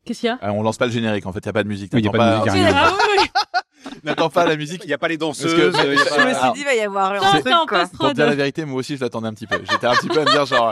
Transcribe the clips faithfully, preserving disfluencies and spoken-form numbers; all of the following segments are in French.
Qu'est-ce qu'il y a ? euh, On lance pas le générique, en fait, il n'y a pas de musique. Il n'y a pas de musique, il y a rien. Ah oui, oui. N'attends pas la musique. Il n'y a pas les danseuses. Parce que- euh, il y a pas- Je me suis Alors, dit, il va y avoir Non, un c'est truc, en quoi. Pour te dire la post-prod. vérité, moi aussi, je l'attendais un petit peu. J'étais un petit peu à me dire, genre...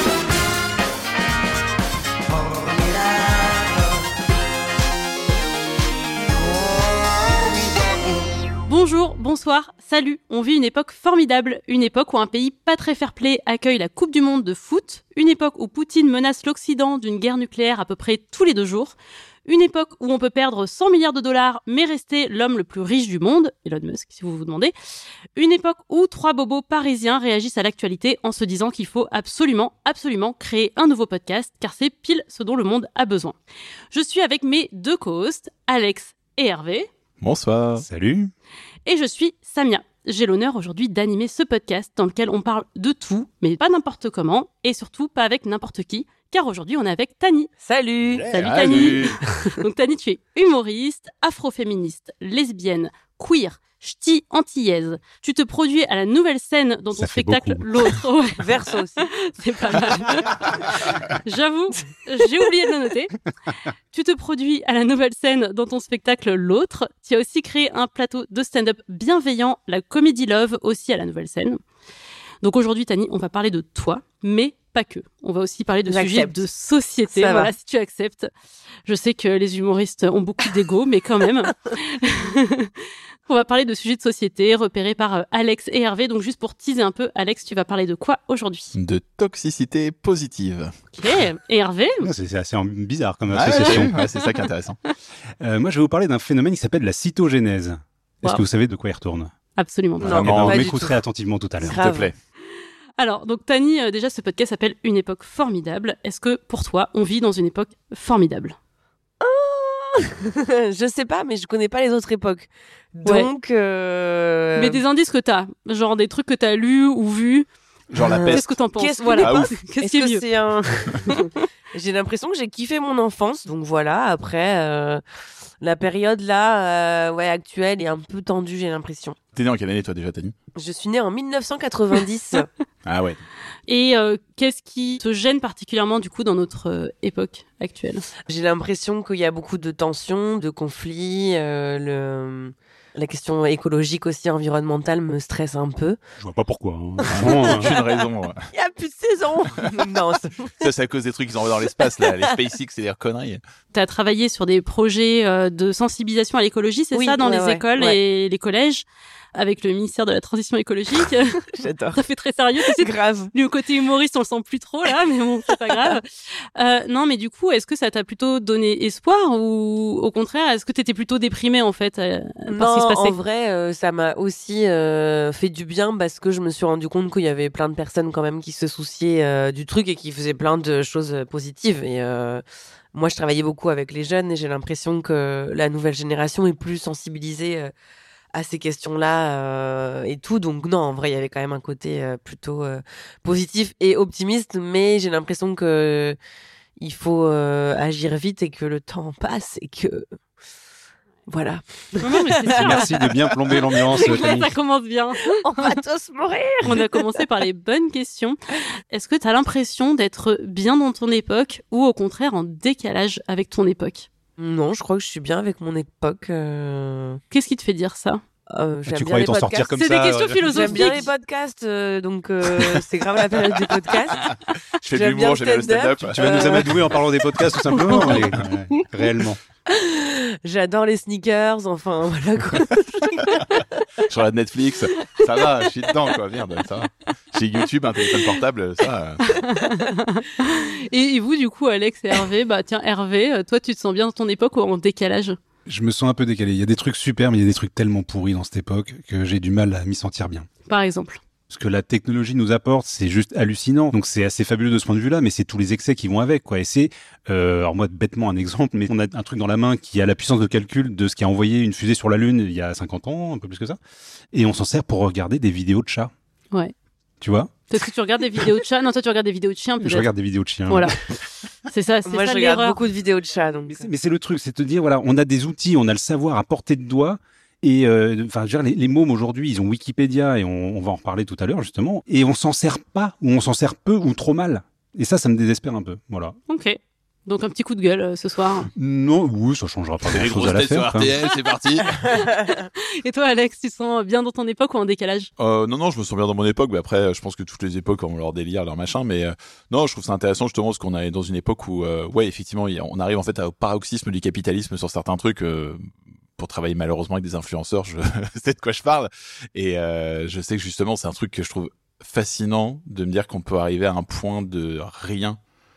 Bonjour, bonsoir, salut. On vit une époque formidable, une époque où un pays pas très fair-play accueille la Coupe du Monde de foot, une époque où Poutine menace l'Occident d'une guerre nucléaire à peu près tous les deux jours, une époque où on peut perdre cent milliards de dollars mais rester l'homme le plus riche du monde, Elon Musk si vous vous demandez, une époque où trois bobos parisiens réagissent à l'actualité en se disant qu'il faut absolument, absolument créer un nouveau podcast car c'est pile ce dont le monde a besoin. Je suis avec mes deux co-hosts, Alex et Hervé. Bonsoir. Salut. Et je suis Samia. J'ai l'honneur aujourd'hui d'animer ce podcast dans lequel on parle de tout, mais pas n'importe comment, et surtout pas avec n'importe qui, car aujourd'hui on est avec Tani. Salut. Salut Tani. Donc Tani, tu es humoriste, afroféministe, lesbienne, queer, ch'ti antillaise. Tu te produis à la Nouvelle Scène dans ton Ça fait spectacle beaucoup. L'Autre. Ouais, Verso aussi. c'est pas mal. J'avoue, j'ai oublié de le noter. Tu te produis à la Nouvelle Scène dans ton spectacle L'Autre. Tu as aussi créé un plateau de stand-up bienveillant, la Comedy Love, aussi à la Nouvelle Scène. Donc aujourd'hui, Tani, on va parler de toi, mais pas que. On va aussi parler de J'accepte. sujets de société. Ça va. Voilà, si tu acceptes. Je sais que les humoristes ont beaucoup d'ego, mais quand même. On va parler de sujets de société repérés par euh, Alex et Hervé. Donc juste pour teaser un peu, Alex, tu vas parler de quoi aujourd'hui ? De toxicité positive. Ok. Et Hervé ? Ouais, C'est c'est assez bizarre comme Ah, association. ouais, ouais, c'est ça qui est intéressant. Euh, moi, je vais vous parler d'un phénomène qui s'appelle la cytogénèse. Est-ce Wow. que vous savez de quoi il retourne? Absolument pas. Non, Eh ben, pas vous du m'écouterez tout. attentivement tout à l'heure. S'il te Grave. plaît. Alors, donc Tani, euh, déjà ce podcast s'appelle Une époque formidable. Est-ce que pour toi, on vit dans une époque formidable ? Je sais pas, mais je connais pas les autres époques. Ouais. Donc. euh, Mais des indices que t'as, genre des trucs que t'as lus ou vus. Genre la Euh, Qu'est-ce peste. que t'en penses ? Qu'est-ce que Voilà. Ah, ouf. Qu'est-ce Est-ce qui est que mieux ? c'est un. J'ai l'impression que j'ai kiffé mon enfance, donc voilà. Après, euh, la période là, euh, ouais, actuelle est un peu tendue, j'ai l'impression. T'es né en quelle année, toi, déjà, Tani? Je suis née en dix-neuf cent quatre-vingt-dix. Ah ouais. Et euh, qu'est-ce qui te gêne particulièrement du coup dans notre euh, époque actuelle ? J'ai l'impression qu'il y a beaucoup de tensions, de conflits. euh, le... La question écologique aussi, environnementale, me stresse un peu. Je vois pas pourquoi. hein. Vraiment, euh, Aucune raison. ouais. Il y a plus de saison. Non, c'est- Ça, c'est à cause des trucs qu'ils envoient dans l'espace, là. Les SpaceX et les conneries. T'as travaillé sur des projets euh, de sensibilisation à l'écologie, c'est Oui, ça, dans ouais, les ouais, écoles ouais. et les collèges, avec le ministère de la Transition écologique. j'adore. Ça fait très sérieux. Tu sais, Grave. le côté humoriste, on le sent plus trop là, mais bon, c'est pas grave. Euh, non, mais du coup, est-ce que ça t'a plutôt donné espoir ou au contraire, est-ce que t'étais plutôt déprimée en fait euh, par ce qui se Non, passait ? en vrai, euh, ça m'a aussi euh, fait du bien parce que je me suis rendu compte qu'il y avait plein de personnes quand même qui se souciaient euh, du truc et qui faisaient plein de choses euh, positives. Et euh, moi, je travaillais beaucoup avec les jeunes et j'ai l'impression que la nouvelle génération est plus sensibilisée euh, à ces questions-là euh, et tout. Donc non, en vrai, il y avait quand même un côté euh, plutôt euh, positif et optimiste, mais j'ai l'impression que il faut euh, agir vite et que le temps passe et que voilà. Non, non, mais c'est sûr. Merci de bien plomber l'ambiance, Ouais, Tani. ça commence bien. On va tous mourir. On a commencé par les bonnes questions. Est-ce que tu as l'impression d'être bien dans ton époque ou au contraire en décalage avec ton époque ? Non, je crois que je suis bien avec mon époque. Euh... Qu'est-ce qui te fait dire ça ? euh, j'aime Tu bien croyais les t'en sortir podcasts. comme C'est ça des questions euh, philosophiques. J'aime bien les podcasts, euh, donc euh, c'est grave la période des podcasts. Je fais de J'aime l'humour, bien j'aime bien le le stand-up. stand-up. Tu vas nous amadouer en parlant des podcasts tout simplement, mais, ouais, réellement. J'adore les sneakers, enfin voilà quoi. Sur la Netflix, ça va, je suis dedans, quoi. Merde, ça va. J'ai YouTube, un téléphone portable, ça. euh, et, et vous, du coup, Alex et Hervé, bah tiens, Hervé, euh, toi, tu te sens bien dans ton époque ou en décalage ? Je me sens un peu décalé. Il y a des trucs super, mais il y a des trucs tellement pourris dans cette époque que j'ai du mal à m'y sentir bien. Par exemple. Ce que la technologie nous apporte, c'est juste hallucinant. Donc c'est assez fabuleux de ce point de vue-là, mais c'est tous les excès qui vont avec, quoi. Et c'est, euh, alors moi, bêtement un exemple, mais on a un truc dans la main qui a la puissance de calcul de ce qui a envoyé une fusée sur la Lune il y a cinquante ans, un peu plus que ça. Et on s'en sert pour regarder des vidéos de chats. Ouais. Tu vois? Est-ce que tu regardes des vidéos de chats ? Non, toi, tu regardes des vidéos de chiens, peut-être. Je regarde des vidéos de chiens. Voilà. C'est ça, c'est Moi, ça je regarde l'erreur. beaucoup de vidéos de chats, donc. Mais c'est, mais c'est le truc, c'est de te dire, voilà, on a des outils, on a le savoir à portée de doigt. Et euh, enfin, je veux dire, les, les mômes aujourd'hui, ils ont Wikipédia et on, on va en reparler tout à l'heure justement. Et on s'en sert pas, ou on s'en sert peu, ou trop mal. Et ça, ça me désespère un peu. Voilà. Ok. Donc un petit coup de gueule euh, ce soir. Non, oui, ça changera pas Les grand-chose grosses à têtes sur l'affaire. R quoi. T L, c'est parti. Et toi, Alex, tu te sens bien dans ton époque ou en décalage? Euh, non, non, je me sens bien dans mon époque, mais après, je pense que toutes les époques ont leur délire, leur machin, mais euh, non, je trouve ça intéressant justement parce qu'on est dans une époque où, euh, ouais, effectivement, il y a- on arrive en fait au paroxysme du capitalisme sur certains trucs. Euh, pour travailler malheureusement avec des influenceurs, je sais de quoi je parle, et euh, je sais que justement, c'est un truc que je trouve fascinant de me dire qu'on peut arriver à un point de rien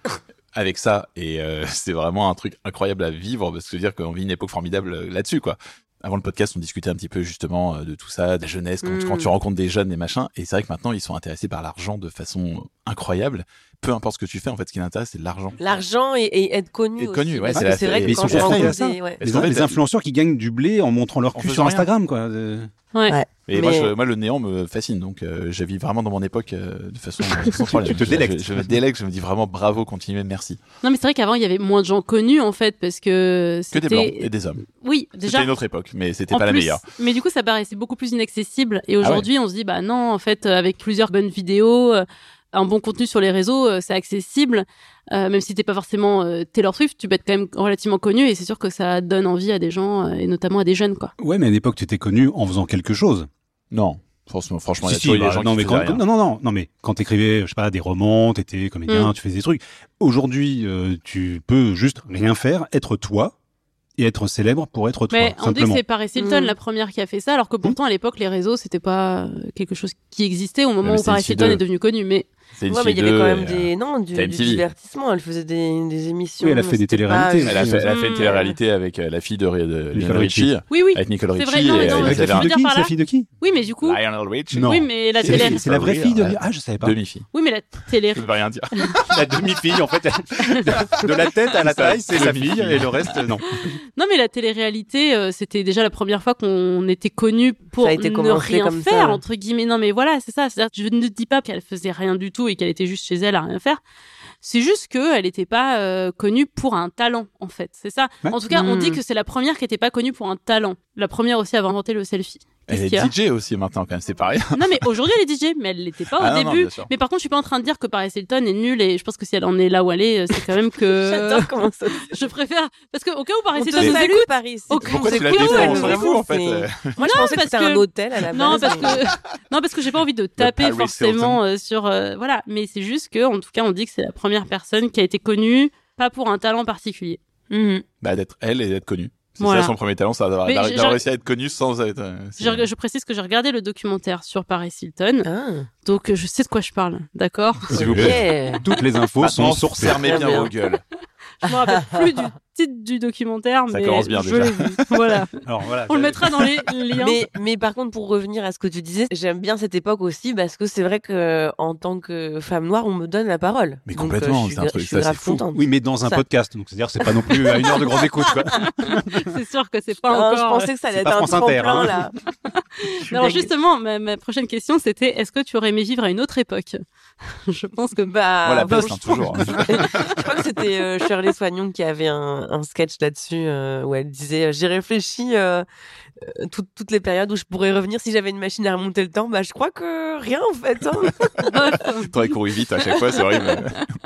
avec ça, et euh, c'est vraiment un truc incroyable à vivre parce que je veux dire qu'on vit une époque formidable là-dessus, quoi. Avant le podcast, on discutait un petit peu justement euh, de tout ça, de la jeunesse, quand, Mm. quand tu rencontres des jeunes, des machins. Et c'est vrai que maintenant, ils sont intéressés par l'argent de façon incroyable. Peu importe ce que tu fais, en fait, ce qui les intéresse, c'est l'argent. L'argent et, et être connu. Être connu, aussi, ouais, parce c'est que la- c'est vrai mais que ils quand sont je confrontés à rencontre ça. des- ouais. Parce Les, qu'en fait, les influenceurs qui gagnent du blé en montrant leur En cul faisant sur rien. Instagram, quoi. Euh, Ouais. Ouais. Et moi, Mais- je, moi, le néant me fascine. Donc, euh, je vis vraiment dans mon époque euh, de façon euh, sans problème. Tu te Je- délectes. Je, je me délecte. Je me dis vraiment bravo, continuez, merci. Non, mais c'est vrai qu'avant, il y avait moins de gens connus, en fait, parce que Que des blancs c'était... et des hommes. Oui, déjà. C'était une autre époque, mais c'était En pas la plus, meilleure. Mais du coup, ça paraissait beaucoup plus inaccessible. Et aujourd'hui, on se dit, bah non, en fait, euh, avec plusieurs bonnes vidéos, euh, un bon contenu sur les réseaux, euh, c'est accessible. Euh, même si t'es pas forcément euh, Taylor Swift, tu peux être quand même relativement connu. Et c'est sûr que ça donne envie à des gens, euh, et notamment à des jeunes, quoi. Ouais, mais à l'époque, tu étais connu en faisant quelque chose. Non, franchement, franchement, il y a Si, si, toujours eu des bah, gens non, qui mais faisaient quand, rien. non, non, non, non, mais quand t'écrivais, je sais pas, des romans, t'étais comédien, Mm. tu faisais des trucs. Aujourd'hui, euh, tu peux juste rien faire, être toi et être célèbre pour être toi, Mais on dit que simplement. c'est Paris Hilton Mm. la première qui a fait ça, alors que pourtant à l'époque les réseaux c'était pas euh, quelque chose qui existait au moment mais où c'est Paris une fille Hilton de- est devenu connu. Mais C'est une Ouais, mais il y fille avait de- quand même et, euh, des non du, T'as du M T V. divertissement. Elle faisait des, des émissions. Oui, elle a fait des c'était téléréalités. pas Elle a fait, elle a Mm. fait une télé-réalité avec euh, la fille de, de, de Nicole Lionel Richie, Richie. oui, oui, avec Nicole C'est Richie. vrai, non, mais et non, avec mais Avec ça la veut fille de dire qui par C'est là- la fille de qui oui, mais du coup, Lionel Richie. Non. oui, mais la C'est la, télé, fille- c'est la vraie fille de... Ouais. Ah, je savais pas. Demi-fille. oui, mais la télé, Je peux pas rien dire. La demi-fille, en fait. De, de la tête à la taille, c'est sa fille, et le reste, non. non, mais la télé-réalité, euh, c'était déjà la première fois qu'on était connu pour Ça a été ne commencé rien comme ça, faire ouais. entre guillemets. Non, mais voilà, c'est ça. C'est-à-dire, je ne dis pas qu'elle faisait rien du tout et qu'elle était juste chez elle à rien faire. C'est juste qu'elle n'était pas euh, connue pour un talent, en fait. C'est ça. Ouais. En tout cas, on Mm. dit que c'est la première qui n'était pas connue pour un talent. La première aussi à avoir inventé le selfie. Elle Qu'est-ce est qu'il y a D J aussi maintenant, quand même, c'est pareil. Non, mais aujourd'hui, elle est D J, mais elle l'était pas au Ah, non, non, début. bien sûr. Mais par contre, je suis pas en train de dire que Paris Hilton est nulle et je pense que si elle en est là où elle est, c'est quand même que. J'adore comment ça. Je préfère. Parce qu'au cas où Paris On te Hilton nous salue, écoute. Paris. c'est Au tout. cas Pourquoi c'est tu la cool, défends ouais, On s'en vraiment, fout, en fait. c'est- euh. Moi, je pensais que parce c'était un que- hôtel à la base. Non, parce mais- que non, parce que j'ai pas envie de taper Paris forcément euh, sur euh, voilà, mais c'est juste que en tout cas, on dit que c'est la première personne qui a été connue pas pour un talent particulier. Mhm. Bah, d'être elle et d'être connue. C'est Voilà. ça son premier talent, c'est d'avoir Mais d'avoir- j'ai- d'avoir j'ai- réussi à être connue sans être. euh, c'est- Je, je précise que j'ai regardé le documentaire sur Paris Hilton, Ah. donc euh, je sais de quoi je parle, d'accord? S'il vous Ok. plaît. Toutes les infos sont Maintenant, sourcées. fermez Très bien bien. vos gueules. Je me rappelle plus du titre du documentaire, Ça mais commence bien, je déjà. l'ai vu. Voilà, Alors voilà. on le mettra dans les liens. Mais, mais par contre, pour revenir à ce que tu disais, j'aime bien cette époque aussi parce que c'est vrai que en tant que femme noire, on me donne la parole. Mais Donc, complètement, euh, je suis, c'est un truc, je suis ça, grave c'est fou. contente. Oui, mais dans un Ça. podcast, donc c'est-à-dire c'est pas non plus à une heure de grande écoute, quoi. C'est sûr que c'est pas Non, encore. je pensais que ça allait c'est être pas un France Inter, tremplin hein. là. Alors justement, ma, ma prochaine question, c'était est-ce que tu aurais aimé vivre à une autre époque? Je pense que Bah, Moi, la bah, peste, hein, toujours. je crois que c'était euh, Shirley Soignon qui avait un, un sketch là-dessus euh, où elle disait euh, j'ai réfléchi euh, euh, toutes- toutes les périodes où je pourrais revenir si j'avais une machine à remonter le temps. Bah, je crois que rien en fait. Hein. T'aurais couru vite à chaque fois, c'est horrible.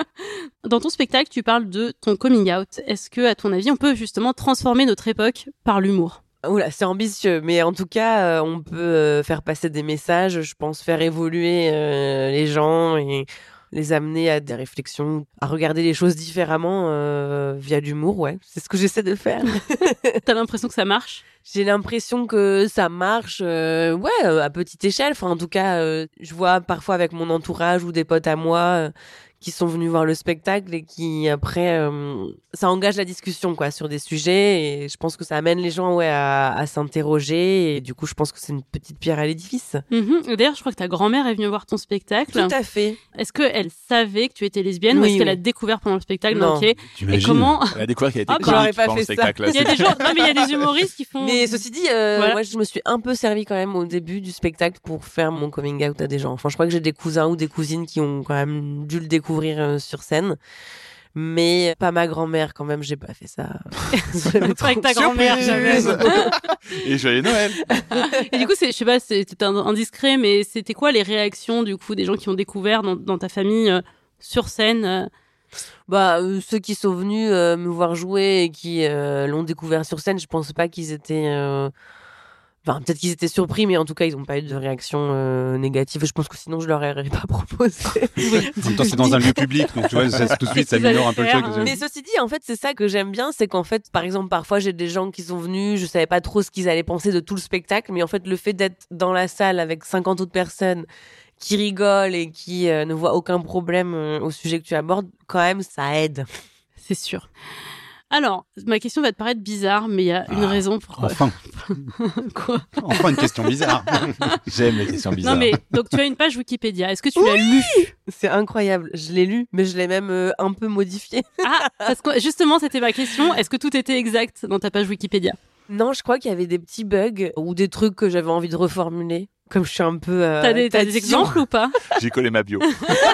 dans ton spectacle, tu parles de ton coming out. Est-ce que, à ton avis, on peut justement transformer notre époque par l'humour? Oula, c'est ambitieux, mais en tout cas, euh, on peut euh, faire passer des messages, je pense, faire évoluer euh, les gens et les amener à des réflexions, à regarder les choses différemment euh, via l'humour, ouais. C'est ce que j'essaie de faire. T'as l'impression que ça marche? J'ai l'impression que ça marche, euh, ouais, euh, à petite échelle. Enfin, en tout cas, euh, je vois parfois avec mon entourage ou des potes à moi euh, qui sont venus voir le spectacle et qui après, euh, ça engage la discussion quoi sur des sujets et je pense que ça amène les gens ouais à, à s'interroger et du coup, je pense que c'est une petite pierre à l'édifice. Mhm. D'ailleurs, je crois que ta grand-mère est venue voir ton spectacle. Tout à fait. Est-ce qu'elle savait que tu étais lesbienne ou Oui, est-ce qu'elle oui. a découvert pendant le spectacle? Non. Ok. Et T'imagines comment? Elle a découvert qu'elle était Ah, bah, comique j'aurais pas pendant le fait ça. spectacle. Il y a des gens, non mais il y a des humoristes qui font. Mais ceci dit, euh, Voilà. moi, je me suis un peu servi quand même au début du spectacle pour faire mon coming out à des gens. Enfin, je crois que j'ai des cousins ou des cousines qui ont quand même dû le découvrir euh, sur scène. Mais pas ma grand-mère quand même, j'ai pas fait ça. J'avais Pas avec ta trop- grand-mère, jamais. Et joyeux Noël. Et du coup, c'est, je sais pas, c'était un- indiscret, mais c'était quoi les réactions du coup des gens qui ont découvert dans, dans ta famille euh, sur scène euh, Bah, euh, ceux qui sont venus euh, me voir jouer et qui euh, l'ont découvert sur scène, je pense pas qu'ils étaient... euh, Enfin, peut-être qu'ils étaient surpris, mais en tout cas, ils n'ont pas eu de réaction euh, négative. Je pense que sinon, je leur aurais pas proposé. Oui. En même temps, c'est dans un lieu public, donc tu vois, ça, tout de suite, ça minore un peu le truc. Mais ceci dit, en fait, c'est ça que j'aime bien, c'est qu'en fait, par exemple, parfois, j'ai des gens qui sont venus, je savais pas trop ce qu'ils allaient penser de tout le spectacle, mais en fait, le fait d'être dans la salle avec cinquante autres personnes qui rigolent et qui euh, ne voient aucun problème euh, au sujet que tu abordes, quand même, ça aide. C'est sûr. Alors, ma question va te paraître bizarre, mais il y a une Ah, raison pour... Enfin, Quoi? enfin une question bizarre. J'aime les questions bizarres. Non mais, donc tu as une page Wikipédia. Est-ce que tu l'as lue? C'est incroyable. Je l'ai lu, mais je l'ai même euh, un peu modifié. Ah, parce que justement, c'était ma question. Est-ce que tout était exact dans ta page Wikipédia? Non, je crois qu'il y avait des petits bugs ou des trucs que j'avais envie de reformuler. Comme je suis un peu... Euh, T'as des, t'as des tatillon. exemples ou pas? J'ai collé ma bio.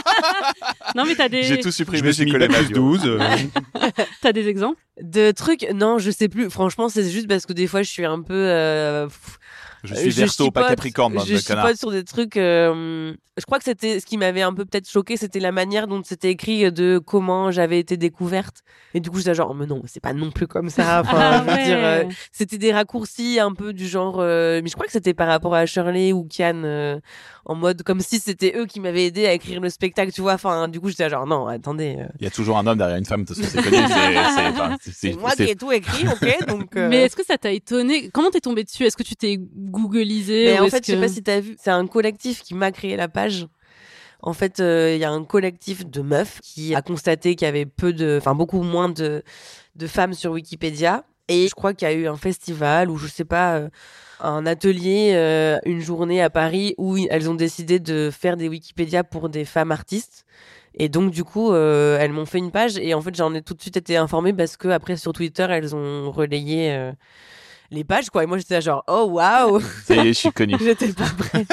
Non mais t'as des... J'ai tout Je supprimé, me suis j'ai mis collé bac ma plus bio. douze. euh, T'as des exemples? De trucs, non, je sais plus. Franchement, c'est juste parce que des fois, je suis un peu. Euh, pff, Je suis Verseau, pas chipote- Capricorne, bande Je de connards. chipote sur des trucs. euh, je crois que c'était ce qui m'avait un peu peut-être choqué, c'était la manière dont c'était écrit de comment j'avais été découverte. Et du coup, j'étais genre, mais non, c'est pas non plus comme ça. Enfin, Ah je veux ouais. dire, euh, c'était des raccourcis un peu du genre. euh, mais je crois que c'était par rapport à Shirley ou Kian, euh, en mode comme si c'était eux qui m'avaient aidé à écrire le spectacle, tu vois. Enfin, du coup, j'étais genre, non, attendez. euh, Il y a toujours un homme derrière une femme, de toute façon, c'est connu. C'est, c'est, enfin, c'est, c'est c'est- moi c'est- qui ai tout écrit, ok. Donc. euh, Mais est-ce que ça t'a étonné? Comment t'es tombé dessus? Est-ce que tu t'es googlisé? Mais ou en est-ce fait, je sais que- pas si t'as vu, c'est un collectif qui m'a créé la page. En fait, il y a un collectif de meufs qui a constaté qu'il y avait peu de, enfin beaucoup moins de, de femmes sur Wikipédia. Et je crois qu'il y a eu un festival ou je sais pas, euh, un atelier, euh, une journée à Paris où i- elles ont décidé de faire des Wikipédia pour des femmes artistes. Et donc du coup, euh, elles m'ont fait une page et en fait j'en ai tout de suite été informée parce que après sur Twitter elles ont relayé euh, les pages quoi. Et moi j'étais là genre oh waouh, Ça y est, je suis connu. j'étais pas prête.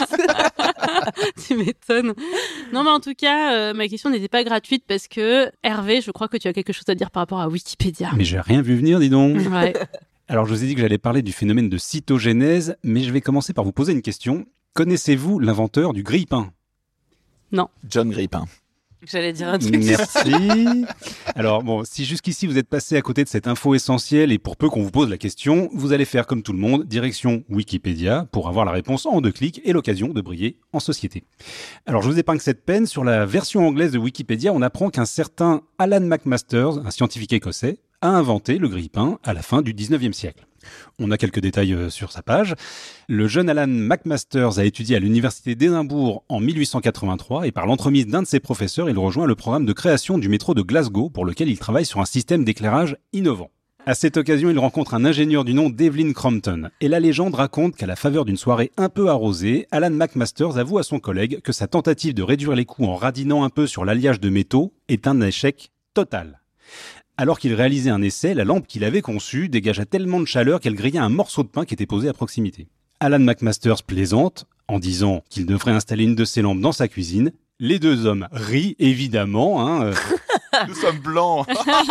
Tu m'étonnes. Non, mais en tout cas, euh, ma question n'était pas gratuite parce que, Hervé, je crois que tu as quelque chose à dire par rapport à Wikipédia. Mais j'ai rien vu venir, dis donc. Ouais. Alors, je vous ai dit que j'allais parler du phénomène de cytogénèse, mais je vais commencer par vous poser une question. Connaissez-vous l'inventeur du grille-pain? John Grippin. J'allais dire un truc. Merci. Alors bon, si jusqu'ici vous êtes passé à côté de cette info essentielle et pour peu qu'on vous pose la question, vous allez faire comme tout le monde, direction Wikipédia pour avoir la réponse en deux clics et l'occasion de briller en société. Alors je vous épargne cette peine, sur la version anglaise de Wikipédia, on apprend qu'un certain Alan McMasters, un scientifique écossais, a inventé le grille-pain à la fin du dix-neuvième siècle. On a quelques détails euh, sur sa page. Le jeune Alan McMasters a étudié à l'université d'Édimbourg en mille huit cent quatre-vingt-trois et par l'entremise d'un de ses professeurs, il rejoint le programme de création du métro de Glasgow pour lequel il travaille sur un système d'éclairage innovant. À cette occasion, il rencontre un ingénieur du nom d'Evelyn Crompton. Et la légende raconte qu'à la faveur d'une soirée un peu arrosée, Alan McMasters avoue à son collègue que sa tentative de réduire les coûts en radinant un peu sur l'alliage de métaux est un échec total. Alors qu'il réalisait un essai, la lampe qu'il avait conçue dégagea tellement de chaleur qu'elle grillait un morceau de pain qui était posé à proximité. Alan McMasters plaisante en disant qu'il devrait installer une de ces lampes dans sa cuisine. Les deux hommes rient, évidemment. Hein. Nous sommes blancs.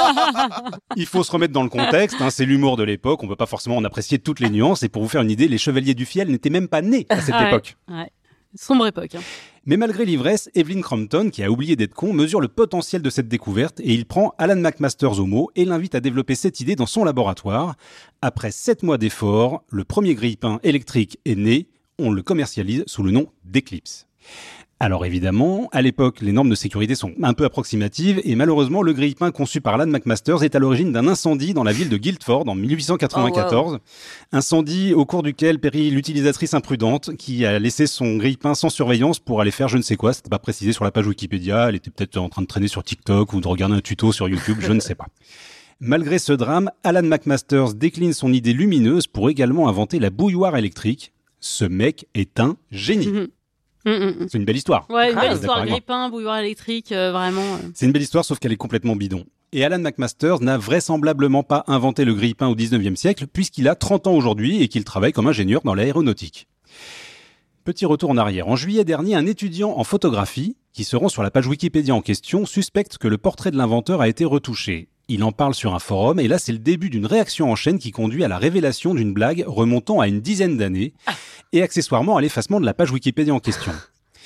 Il faut se remettre dans le contexte, hein, c'est l'humour de l'époque, on peut pas forcément en apprécier toutes les nuances. Et pour vous faire une idée, les Chevaliers du Fiel n'étaient même pas nés à cette Ouais. époque. Ouais. Sombre époque. Hein. Mais malgré l'ivresse, Evelyn Crompton, qui a oublié d'être con, mesure le potentiel de cette découverte et il prend Alan McMasters au mot et l'invite à développer cette idée dans son laboratoire. Après sept mois d'efforts, le premier grille-pain électrique est né. On le commercialise sous le nom d'Eclipse. Alors évidemment, à l'époque, les normes de sécurité sont un peu approximatives et malheureusement, le grille-pain conçu par Alan McMasters est à l'origine d'un incendie dans la ville de Guildford en mille huit cent quatre-vingt-quatorze. Oh, Incendie au cours duquel périt l'utilisatrice imprudente qui a laissé son grille-pain sans surveillance pour aller faire je ne sais quoi. C'était pas précisé sur la page Wikipédia. Elle était peut-être en train de traîner sur TikTok ou de regarder un tuto sur YouTube, je ne sais pas. Malgré ce drame, Alan McMasters décline son idée lumineuse pour également inventer la bouilloire électrique. Ce mec est un génie. Mhm. Mm, mm, mm. C'est une belle histoire. Ouais, une Ah, belle d'accord histoire. avec moi. Grille-pain, bouilloire électrique, euh, vraiment. euh. C'est une belle histoire, sauf qu'elle est complètement bidon. Et Alan McMasters n'a vraisemblablement pas inventé le grille-pain au dix-neuvième siècle, puisqu'il a trente ans aujourd'hui et qu'il travaille comme ingénieur dans l'aéronautique. Petit retour en arrière. En juillet dernier, un étudiant en photographie, qui se rend sur la page Wikipédia en question, suspecte que le portrait de l'inventeur a été retouché. Il en parle sur un forum, et là c'est le début d'une réaction en chaîne qui conduit à la révélation d'une blague remontant à une dizaine d'années, et accessoirement à l'effacement de la page Wikipédia en question.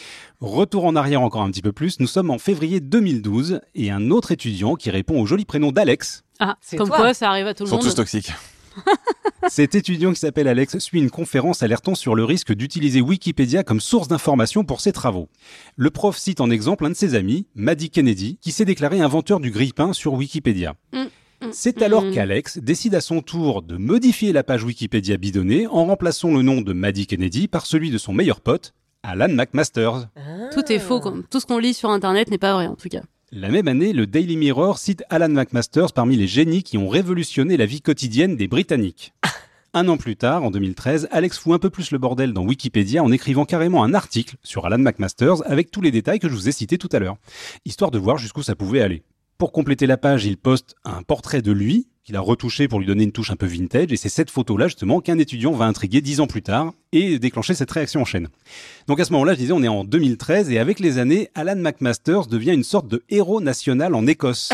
Retour en arrière encore un petit peu plus, nous sommes en février deux mille douze et un autre étudiant qui répond au joli prénom d'Alex. Ah, C'est comme toi. quoi ça arrive à tout Ils le sont monde. tous toxiques. Cet étudiant qui s'appelle Alex suit une conférence alertant sur le risque d'utiliser Wikipédia comme source d'information pour ses travaux. Le prof cite en exemple un de ses amis, Maddie Kennedy, qui s'est déclaré inventeur du grille-pain sur Wikipédia. Mm. C'est alors Mm. qu'Alex décide à son tour de modifier la page Wikipédia bidonnée en remplaçant le nom de Maddie Kennedy par celui de son meilleur pote, Alan McMasters. Ah. Tout est faux. Quand- Tout ce qu'on lit sur Internet n'est pas vrai, en tout cas. La même année, le Daily Mirror cite Alan McMasters parmi les génies qui ont révolutionné la vie quotidienne des Britanniques. Un an plus tard, en deux mille treize, Alex fout un peu plus le bordel dans Wikipédia en écrivant carrément un article sur Alan McMasters avec tous les détails que je vous ai cités tout à l'heure, histoire de voir jusqu'où ça pouvait aller. Pour compléter la page, il poste un portrait de lui, qu'il a retouché pour lui donner une touche un peu vintage, et c'est cette photo-là, justement, qu'un étudiant va intriguer dix ans plus tard et déclencher cette réaction en chaîne. Donc à ce moment-là, je disais, on est en deux mille treize, et avec les années, Alan McMasters devient une sorte de héros national en Écosse.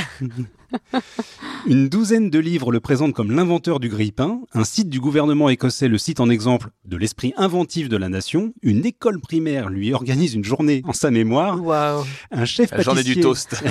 Une douzaine de livres le présentent comme l'inventeur du grille-pain, un site du gouvernement écossais le cite en exemple de l'esprit inventif de la nation, une école primaire lui organise une journée en sa mémoire, Waouh, un chef La journée pâtissier... du toast.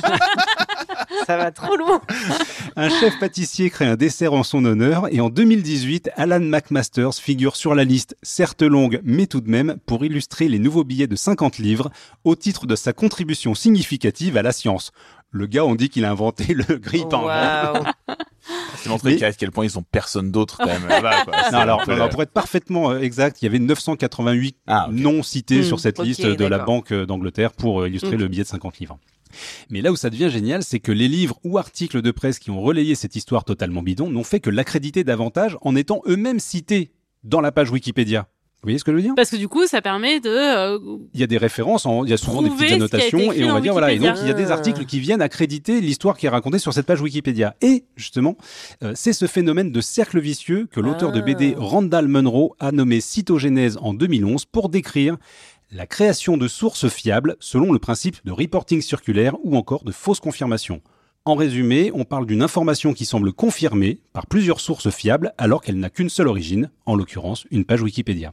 ça va trop loin. Un chef pâtissier crée un dessert en son honneur et en deux mille dix-huit, Alan McMasters figure sur la liste, certes longue mais tout de même, pour illustrer les nouveaux billets de cinquante livres au titre de sa contribution significative à la science. Le gars, on dit qu'il a inventé le grille-pain. Waouh. C'est montré Mais- à quel point ils ont personne d'autre quand même là-bas, quoi. C'est Non, alors, un peu, alors, euh, pour être parfaitement euh, exact, il y avait neuf cent quatre-vingt-huit Ah, ok. noms cités Hmm, sur cette ok, liste de la d'accord. Banque d'Angleterre pour euh, illustrer Ok. le billet de cinquante livres. Mais là où ça devient génial, c'est que les livres ou articles de presse qui ont relayé cette histoire totalement bidon n'ont fait que l'accréditer davantage en étant eux-mêmes cités dans la page Wikipédia. Vous voyez ce que je veux dire? Parce que du coup, ça permet de... euh, Il y a des références, en- il y a souvent des Prouver petites ce qui a été annotations écrit et on dans va dire voilà. Et donc Wikipédia. il y a des articles qui viennent accréditer l'histoire qui est racontée sur cette page Wikipédia. Et justement, euh, c'est ce phénomène de cercle vicieux que l'auteur de B D Ah. Randall Munro a nommé cytogénèse en deux mille onze pour décrire la création de sources fiables selon le principe de reporting circulaire ou encore de fausse confirmation. En résumé, on parle d'une information qui semble confirmée par plusieurs sources fiables alors qu'elle n'a qu'une seule origine, en l'occurrence une page Wikipédia.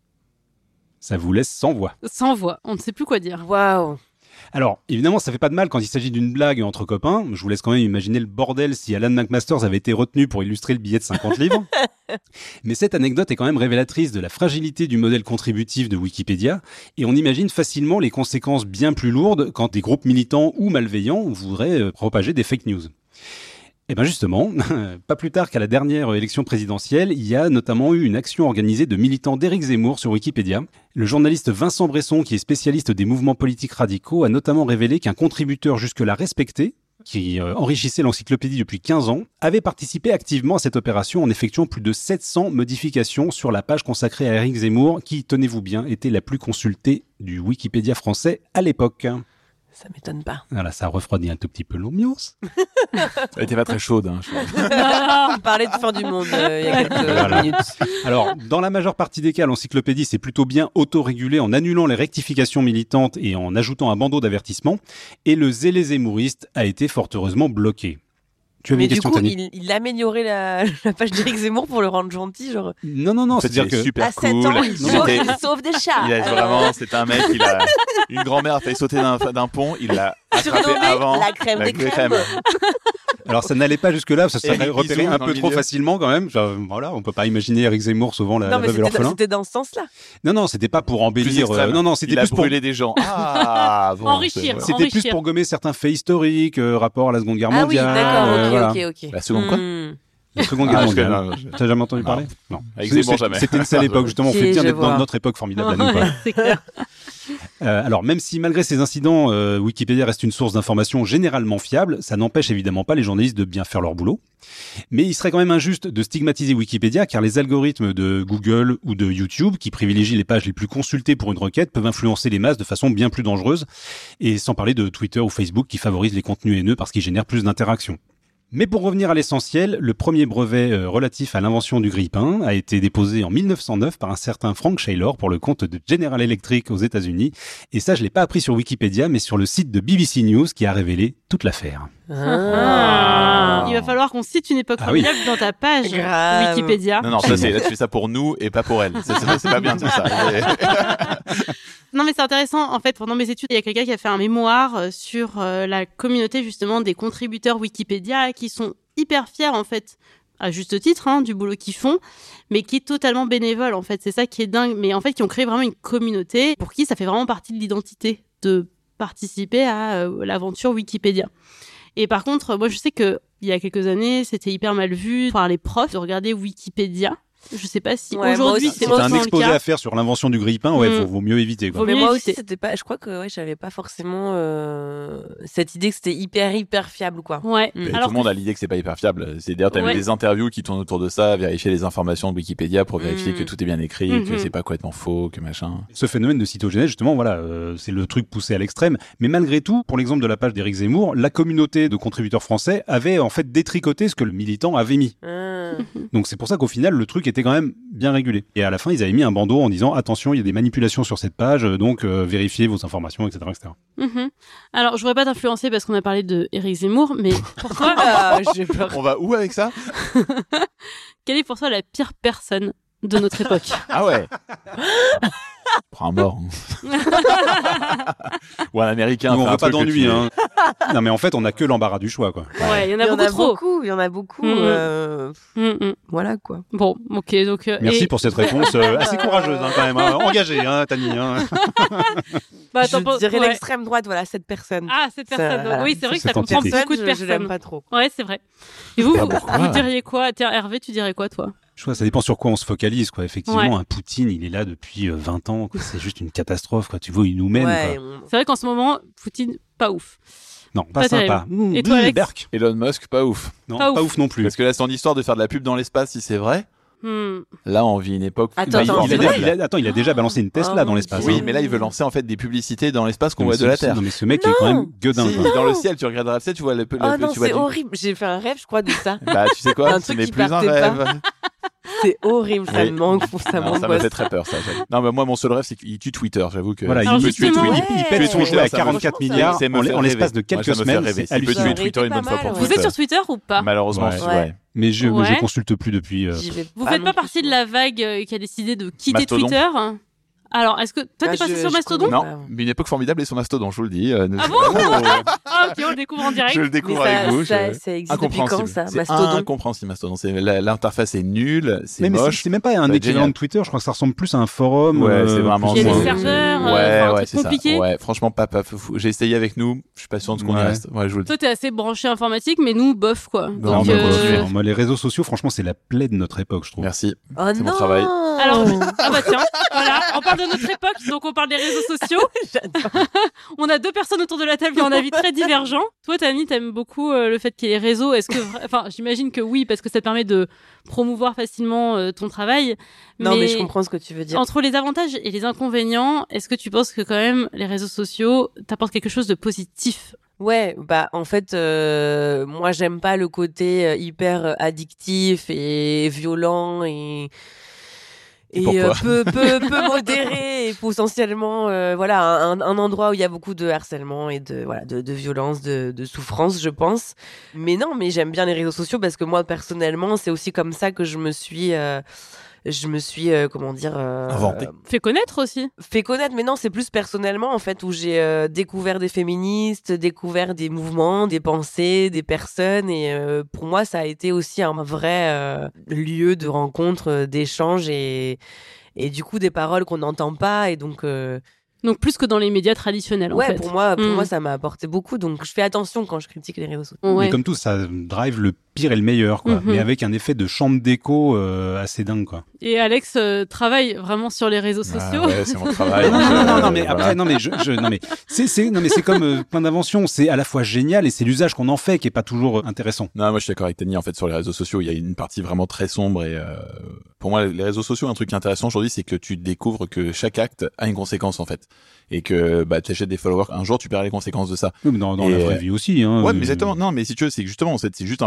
Ça vous laisse sans voix. sans voix. On ne sait plus quoi dire. Waouh. Alors, évidemment, ça fait pas de mal quand il s'agit d'une blague entre copains. Je vous laisse quand même imaginer le bordel si Alan McMasters avait été retenu pour illustrer le billet de cinquante livres. Mais cette anecdote est quand même révélatrice de la fragilité du modèle contributif de Wikipédia, et on imagine facilement les conséquences bien plus lourdes quand des groupes militants ou malveillants voudraient euh, propager des fake news. Et bien justement, pas plus tard qu'à la dernière élection présidentielle, il y a notamment eu une action organisée de militants d'Éric Zemmour sur Wikipédia. Le journaliste Vincent Bresson, qui est spécialiste des mouvements politiques radicaux, a notamment révélé qu'un contributeur jusque-là respecté, qui euh, enrichissait l'encyclopédie depuis quinze ans, avait participé activement à cette opération en effectuant plus de sept cents modifications sur la page consacrée à Éric Zemmour, qui, tenez-vous bien, était la plus consultée du Wikipédia français à l'époque. Ça m'étonne pas. Voilà, ça refroidit un tout petit peu l'ambiance. Elle était pas très chaude. Hein, je trouve. On parlait de fin du monde euh, il y a quelques Voilà. minutes. Alors, dans la majeure partie des cas, l'encyclopédie s'est plutôt bien autorégulée en annulant les rectifications militantes et en ajoutant un bandeau d'avertissement. Et le zélé zémouriste a été fort heureusement bloqué. Tu avais Mais une du question, coup, Tani? il, il a amélioré la, la page d'Éric Zemmour pour le rendre gentil, genre. Non, non, non, En fait, c'est-à-dire il est que... super À sept cool. ans, il Il sauve, était- il sauve des chats. Il a Euh, vraiment, c'est un mec, il a une grand-mère a fait sauter d'un, d'un pont, il l'a attrapé Surnommé avant. la crème des crèmes. Alors, ça n'allait pas jusque-là, ça serait Eric repéré Bisou un dans peu le trop milieu. facilement quand même. Genre, voilà, on peut pas imaginer Éric Zemmour sauvant la, Non, la mais veuve et c'était, l'orphelin. c'était dans ce sens-là. Non, non, c'était pas pour Plus embellir. extrême. euh, non, non, c'était il a plus pour... brûlé des gens. Ah, bon, Enrichir. c'est- C'était plus Enrichir. pour gommer certains faits historiques, euh, rapport à la Seconde Guerre Ah oui, mondiale. d'accord, euh, ok, voilà. ok, ok. La seconde quoi Hmm. La Seconde Ah, Guerre je connais, mondiale. non, je- T'as jamais entendu Non. parler? Non. Avec C'est- Zemmour, c'est- jamais. C'était une sale époque, justement. On Si, fait bien je d'être dans vois. notre époque formidable à nous, quoi. C'est clair. Euh, alors, même si malgré ces incidents, euh, Wikipédia reste une source d'information généralement fiable, ça n'empêche évidemment pas les journalistes de bien faire leur boulot. Mais il serait quand même injuste de stigmatiser Wikipédia, car les algorithmes de Google ou de YouTube, qui privilégient les pages les plus consultées pour une requête, peuvent influencer les masses de façon bien plus dangereuse, et sans parler de Twitter ou Facebook qui favorisent les contenus haineux parce qu'ils génèrent plus d'interactions. Mais pour revenir à l'essentiel, le premier brevet euh, relatif à l'invention du grille-pain a été déposé en mille neuf cent neuf par un certain Frank Shaylor pour le compte de General Electric aux États-Unis. Et ça, je l'ai pas appris sur Wikipédia, mais sur le site de B B C News qui a révélé toute l'affaire. Ah. Il va falloir qu'on cite une époque Ah formidable dans ta page Grave. Wikipédia. Non, non, ça, c'est, là, tu fais ça pour nous et pas pour elle. C'est, c'est, c'est pas bien de dire ça. Non, mais c'est intéressant. En fait, pendant mes études, il y a quelqu'un qui a fait un mémoire euh, sur euh, la communauté, justement, des contributeurs Wikipédia qui sont hyper fiers, en fait, à juste titre, hein, du boulot qu'ils font, mais qui est totalement bénévole, en fait. C'est ça qui est dingue. Mais en fait, qui ont créé vraiment une communauté pour qui ça fait vraiment partie de l'identité de participer à euh, l'aventure Wikipédia. Et par contre, moi, je sais que il y a quelques années, c'était hyper mal vu par les profs de regarder Wikipédia. Je sais pas si Ouais, aujourd'hui moi aussi, c'est Si t'as un autant le exposé cas. à faire sur l'invention du grille-pain, ouais, Mm. faut, vaut mieux éviter, quoi. Faut Mais mieux moi éviter. aussi, c'était pas. Je crois que ouais, j'avais pas forcément euh, cette idée que c'était hyper hyper fiable, quoi. Ouais. Mm. Et Alors tout le monde a l'idée que c'est pas hyper fiable. C'est d'ailleurs, t'as Ouais. même des interviews qui tournent autour de ça, vérifier les informations de Wikipédia pour vérifier Mm. que tout est bien écrit, Mhm. que c'est pas complètement faux, que machin. Ce phénomène de cytogénèse, justement, voilà, euh, c'est le truc poussé à l'extrême. Mais malgré tout, pour l'exemple de la page d'Éric Zemmour, la communauté de contributeurs français avait en fait détricoté ce que le militant avait mis. Ah. Donc c'est pour ça qu'au final, le truc était quand même bien régulé. Et à la fin, ils avaient mis un bandeau en disant attention, il y a des manipulations sur cette page, donc euh, vérifiez vos informations, et cetera, et cetera. Mhm. Alors, je voudrais pas t'influencer parce qu'on a parlé de Éric Zemmour, mais pour toi, Ah, j'ai peur. On va où avec ça? quelle est pour toi la pire personne de notre époque? Ah ouais. Prends un mort. Ou un américain. Nous, on fait un veut pas truc que d'ennui. tu- Hein. Non, mais en fait, on a que l'embarras du choix, quoi. Ouais, il y en a Il y en beaucoup a trop. beaucoup, il y en a beaucoup. Mhm. euh, Mm, mm. Voilà quoi. Bon, ok, donc. euh, Merci et- pour cette réponse euh, assez courageuse, hein, quand même. Hein. Engagée, hein, Tani. Hein. Bah, attends, je pas- dirais ouais. l'extrême droite, voilà, cette personne. Ah, cette Ça, personne. voilà. Oui, c'est vrai que C'est ça comprend antiqué. beaucoup de je, je personnes. l'aime pas trop. Ouais, c'est vrai. Et vous, Ah, vous, pourquoi vous diriez quoi? Tiens, Hervé, tu dirais quoi, toi? Je vois, ça dépend sur quoi on se focalise, quoi. Effectivement, Ouais. un Poutine, il est là depuis euh, vingt ans, quoi. C'est juste une catastrophe, quoi. Tu vois, il nous mène, Ouais, quoi. on- C'est vrai qu'en ce moment, Poutine, pas ouf. Non, pas, Pas sympa. Mmh, Et toi, mmh, Alex Berk. Elon Musk, pas ouf. Non, Pas pas, ouf. ouf. non plus. Parce que là, son histoire de faire de la pub dans l'espace, si c'est vrai, Hmm. là, on vit une époque. Attends, Bah, il, attends, il a, c'est déjà- vrai il a- attends, il a déjà balancé une Tesla Oh, dans l'espace. Oui, hein. mais là, il veut lancer en fait des publicités dans l'espace qu'on Non, mais voit de la ce- Terre. Non, mais ce mec, il est quand même gueudin, Si, quoi. dans le ciel, tu regarderas, tu sais, tu vois le peu. Oh le- non, tu vois c'est du- horrible. J'ai fait un rêve, je crois, de ça. Bah, tu sais quoi, Un ce truc n'est qui plus un partait pas. rêve. C'est horrible, ça Oui. me manque, ça Non, ça me m'angoisse. fait très peur, ça. j'avoue. Non, mais moi, mon seul rêve, c'est qu'il tue Twitter. J'avoue que. Voilà, Alors, il, peut tuer justement, Twitter, il- il ouais. pète son Twitter, jouet à ça me- quarante-quatre franchement, ça- milliards C'est me en, faire en l'espace rêver. de quelques Moi, ça me fait semaines. rêver. C'est S'il peut hallucinant. tuer Ça Twitter aurait une été bonne pas fois mal, pour ouais. Vous toutes. êtes sur Twitter ou pas? Malheureusement, Ouais. ouais. Ouais. Mais je, Ouais. je consulte plus depuis. euh, J'y vais Vous pas faites non pas plus partie de souvent. la vague euh, qui a décidé de quitter Mastodon. Twitter? Alors, est-ce que toi, Ah, t'es passé je- sur je Mastodon? connais. Non, mais une époque formidable et sur Mastodon, je vous le dis. euh, nous- Ah bon Oh, Ah, ok, on le découvre en direct. je le Mais découvre ça, avec vous. ça, je- ça existe depuis quand, Incompréhensible. ça, C'est Mastodon? incompréhensible, Mastodon. C'est, la- l'interface est nulle, c'est Mais, mais c'est moche. c'est même pas un va être équivalent génial. de Twitter. Je crois que ça ressemble plus à un forum. Ouais, euh, c'est vraiment Il y a Ouais. des serveurs, euh, Ouais, enfin, un ouais, truc c'est ça. compliqué. Ouais, franchement, pas, pas fou. J'ai essayé avec nous. Je suis pas sûr de ce qu'on y Ouais. reste. Ouais, je vous le dis. Toi, t'es assez branché informatique, mais nous, bof, quoi. Non, Donc, mais euh, quoi, moi, les réseaux sociaux, franchement, c'est la plaie de notre époque, je trouve. Merci. Oh C'est mon non. travail. Alors, ah bah tiens, voilà, on parle de notre époque, donc on parle des réseaux sociaux. J'adore. On a deux personnes autour de la table qui ont un avis très divergent. Toi, Tani, t'aimes beaucoup euh, le fait qu'il y ait les réseaux. Est-ce que, vra- enfin, j'imagine que oui, parce que ça te permet de promouvoir facilement euh, ton travail. Non, mais je comprends ce que tu veux dire. Entre les avantages et les inconvénients, est-ce que tu penses que quand même les réseaux sociaux t'apportent quelque chose de positif? Ouais, bah en fait, euh, moi j'aime pas le côté euh, hyper addictif et violent et et Pourquoi euh, peu peu peu modéré et potentiellement euh, voilà un, un endroit où il y a beaucoup de harcèlement et de voilà de, de violence, de, de souffrance, je pense. Mais non, mais j'aime bien les réseaux sociaux parce que moi personnellement, c'est aussi comme ça que je me suis euh, je me suis euh, comment dire euh, Inventé. Fait connaître aussi. fait connaître, mais non, c'est plus personnellement en fait où j'ai euh, découvert des féministes, découvert des mouvements, des pensées, des personnes, et euh, pour moi ça a été aussi un vrai euh, lieu de rencontre, euh, d'échange et et du coup des paroles qu'on n'entend pas et donc euh, Donc plus que dans les médias traditionnels, en ouais fait. pour moi pour Mm. moi ça m'a apporté beaucoup, donc je fais attention quand je critique les réseaux sociaux. Ouais. Mais comme tout, ça drive le pire et le meilleur, quoi. Mhm. Mais avec un effet de chambre d'écho euh, assez dingue, quoi. Et Alex euh, travaille vraiment sur les réseaux Ah, sociaux. ouais, c'est mon travail. non, non, non, non, non, mais Voilà. après, non, mais je, je, non, mais c'est, c'est, non, mais c'est comme euh, plein d'inventions. C'est à la fois génial et c'est l'usage qu'on en fait qui est pas toujours euh, intéressant. Non, moi je suis d'accord avec Tani. En fait, sur les réseaux sociaux, il y a une partie vraiment très sombre et euh, pour moi, les réseaux sociaux, un truc intéressant aujourd'hui, c'est que tu découvres que chaque acte a une conséquence en fait, et que bah tu achètes des followers, un jour tu perds les conséquences de ça. Oui, mais Dans, dans Et, la vraie euh, vie aussi, hein. Ouais, Euh, mais exactement. Non, mais si tu veux, c'est que justement, c'est c'est juste en fait un miroir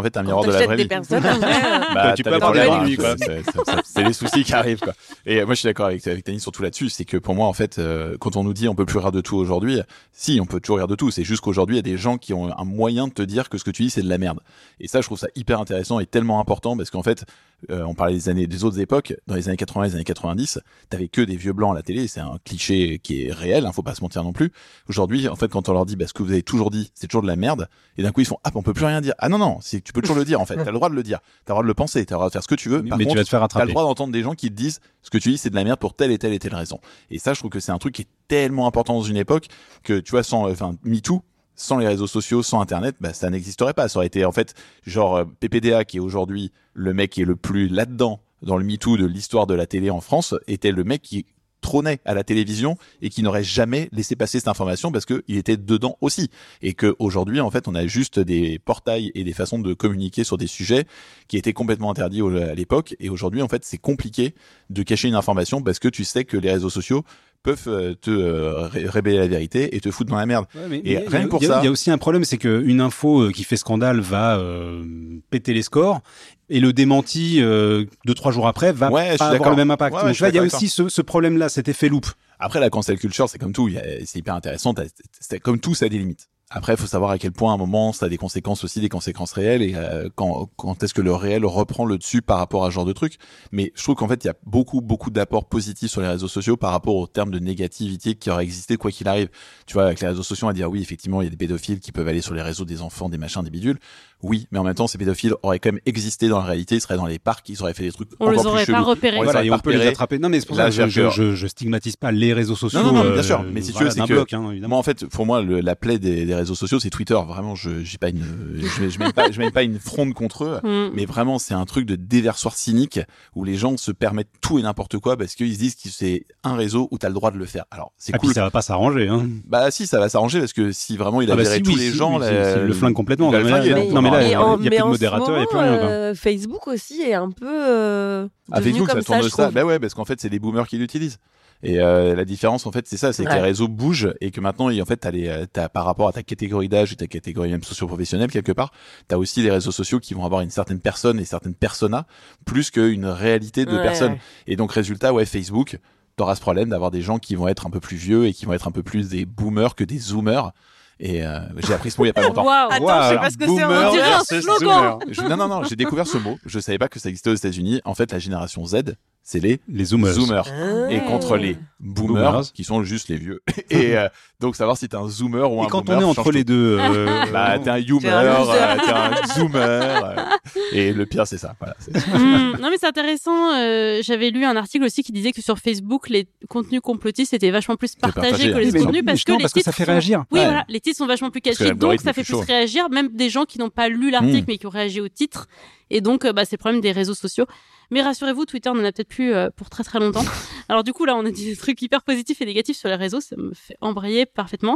dehors de la t'achètes vraie des vie. personnes, après, euh, Bah, tu t'as peux des avoir des problèmes, ennuis, hein, quoi. c'est, c'est, c'est, c'est les soucis qui arrivent, quoi. Et moi, je suis d'accord avec, avec Tani surtout là-dessus, c'est que pour moi, en fait, euh, quand on nous dit on peut plus rire de tout aujourd'hui, si, on peut toujours rire de tout. C'est juste qu'aujourd'hui, il y a des gens qui ont un moyen de te dire que ce que tu dis, c'est de la merde. Et ça, je trouve ça hyper intéressant et tellement important parce qu'en fait, euh, on parlait des années, des autres époques, dans les années quatre-vingts, les années quatre-vingt-dix, t'avais que des vieux blancs à la télé. C'est un cliché qui est réel, hein, faut pas se mentir non plus. Aujourd'hui, en fait, quand on leur dit, bah, ce que vous avez toujours dit, c'est toujours de la merde, et d'un coup, ils font, ah, on peut plus rien dire. Ah non, non, c'est, tu peux toujours le dire, en fait. T'as le droit de le dire. T'as le droit de le penser. T'as le droit de faire ce que tu veux. Mais, Par mais contre, tu vas te faire t'as rattraper. le droit d'entendre des gens qui te disent, ce que tu dis, c'est de la merde pour telle et telle et telle raison. Et ça, je trouve que c'est un truc qui est tellement important dans une époque que, tu vois, sans, enfin, MeToo, sans les réseaux sociaux, sans Internet, bah, ça n'existerait pas. Ça aurait été, en fait, genre, euh, P P D A, qui est aujourd'hui le mec qui est le plus là-dedans, dans le MeToo de l'histoire de la télé en France, était le mec qui trônait à la télévision et qui n'aurait jamais laissé passer cette information parce que il était dedans aussi. Et que aujourd'hui, en fait, on a juste des portails et des façons de communiquer sur des sujets qui étaient complètement interdits au- à l'époque. Et aujourd'hui, en fait, c'est compliqué de cacher une information parce que tu sais que les réseaux sociaux peuvent euh, te euh, ré- révéler la vérité et te foutre dans la merde. Ouais, mais- Et mais rien il y a- que pour il y a- ça- il y a aussi un problème, c'est qu'une info euh, qui fait scandale va euh, péter les scores et le démenti euh, deux trois jours après va Ouais, je suis pas avoir d'accord. le même impact. Ouais, ouais, Donc je là, suis il y a d'accord aussi ce, ce problème-là, cet effet loupe. Après, la cancel culture, c'est comme tout. Il y a- C'est hyper intéressant. T'as- C'est comme tout, ça a des limites. Après, il faut savoir à quel point, à un moment, ça a des conséquences aussi, des conséquences réelles, et euh, quand, quand est-ce que le réel reprend le dessus par rapport à ce genre de truc. Mais je trouve qu'en fait, il y a beaucoup, beaucoup d'apports positifs sur les réseaux sociaux par rapport au terme de négativité qui aurait existé quoi qu'il arrive. Tu vois, avec les réseaux sociaux, on va dire oui, effectivement, il y a des pédophiles qui peuvent aller sur les réseaux des enfants, des machins, des bidules. Oui, mais en même temps, ces pédophiles auraient quand même existé dans la réalité. Ils seraient dans les parcs, ils auraient fait des trucs On encore les plus aurait chelous. pas repérés. On les Voilà, aurait et pas on peut les repérés. attraper. Non, mais c'est pour Là, ça que je, j'ai- je, je, je stigmatise pas les réseaux sociaux. Non, non, non, mais bien euh, sûr. Mais si tu voilà, veux, c'est d'un que bloc, hein, évidemment. moi, en fait, pour moi, le, la plaie des, des réseaux sociaux, c'est Twitter. Vraiment, je j'ai pas une, je, je mets pas, je mets pas une fronde contre eux. Mm. Mais vraiment, c'est un truc de déversoir cynique où les gens se permettent tout et n'importe quoi parce qu'ils se disent que c'est un réseau où t'as le droit de le faire. Alors, c'est Ah, cool. puis ça va pas s'arranger. Hein. Bah si, ça va s'arranger parce que si vraiment il a Ah bah viré si, tous oui, les si, gens, oui, là, si, s'il le flingue complètement. il va Non, le mais là, flinguer, non, donc, non, mais là, on va- il y Et a, en- il y a mais plus de en modérateur, il y a plus ce rien. moment, Quoi. euh, Facebook aussi est un peu euh, À devenu Facebook, comme ça tourne ça, de je ça. trouve. Bah ouais, parce qu'en fait, c'est les boomers qui l'utilisent. Et euh, la différence, en fait, c'est ça, c'est que Ouais. les réseaux bougent et que maintenant, en fait, t'as les, euh, t'as par rapport à ta catégorie d'âge et ta catégorie même socio-professionnelle quelque part, t'as aussi les réseaux sociaux qui vont avoir une certaine personne et certaines personas plus qu'une réalité de Ouais, personnes. ouais. Et donc, résultat, ouais, Facebook, t'auras ce problème d'avoir des gens qui vont être un peu plus vieux et qui vont être un peu plus des boomers que des zoomers. Et euh, j'ai appris ce mot il y a pas longtemps. Waouh. Attends, Wow, je sais pas ce que c'est. boomer On dirait un versus slogan. zoomer. Je- non, non, non, j'ai découvert ce mot. Je savais pas que ça existait aux États-Unis. En fait, la génération Z, c'est les Les zoomers. zoomers. Ah. Et contre les boomers, Boomers. qui sont juste les vieux. Et euh, donc savoir si t'es un zoomer ou Et un quand boomer. on est change entre les tout. deux, euh, Bah t'es un T'es youmer, un loser. euh, t'es un zoomer. euh, et le pire c'est ça. Voilà. c'est- Hmm, non mais c'est intéressant. euh, J'avais lu un article aussi qui disait que sur Facebook, les contenus complotistes étaient vachement plus partagés partagé, que hein. les Oui, mais contenus non, parce mais que non, les parce que ça titres fait sont- réagir. Oui, Ouais. voilà, les titres sont vachement plus Parce que catchy, donc l'algorithme ça est fait plus plus chaud. réagir, même des gens qui n'ont pas lu l'article Mm. mais qui ont réagi au titre. Et donc, euh, bah, c'est le problème des réseaux sociaux. Mais rassurez-vous, Twitter n'en a peut-être plus euh, pour très très longtemps. Alors du coup, là, on a dit des trucs hyper positifs et négatifs sur les réseaux, ça me fait embrayer parfaitement.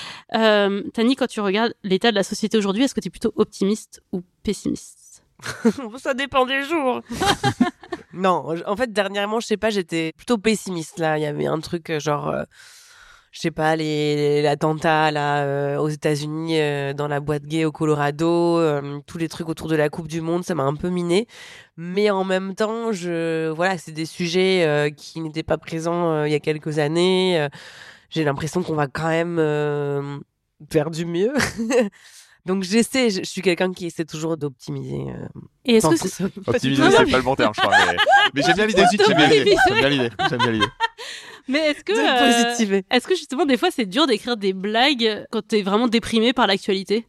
Euh, Tani, quand tu regardes l'état de la société aujourd'hui, est-ce que tu es plutôt optimiste ou pessimiste? Ça dépend des jours. Non, en fait, dernièrement, je sais pas, j'étais plutôt pessimiste là. Il y avait un truc euh, genre, euh, je sais pas, les, les- l'attentat là euh, aux États-Unis, euh, dans la boîte gay au Colorado, euh, tous les trucs autour de la Coupe du Monde, ça m'a un peu miné. Mais en même temps, je, voilà, c'est des sujets euh, qui n'étaient pas présents euh, il y a quelques années. Euh, j'ai l'impression qu'on va quand même euh, faire du mieux. Donc j'essaie, je, je suis quelqu'un qui essaie toujours d'optimiser. Euh, Et est-ce dans que tout c'est... ça. Optimiser, Non, c'est mais- pas le bon terme, je crois. Mais, mais j'aime bien l'idée. J'aime bien l'idée. J'aime bien l'idée. J'aime bien l'idée. Mais est-ce que... De euh, positiver. Est-ce que justement, des fois, c'est dur d'écrire des blagues quand t'es vraiment déprimé par l'actualité?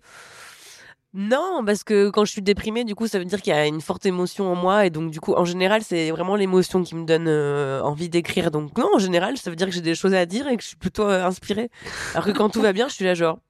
Non, parce que quand je suis déprimée, du coup, ça veut dire qu'il y a une forte émotion en moi. Et donc, du coup, en général, c'est vraiment l'émotion qui me donne euh, envie d'écrire. Donc, non, en général, ça veut dire que j'ai des choses à dire et que je suis plutôt euh, inspirée. Alors que quand tout va bien, je suis là genre...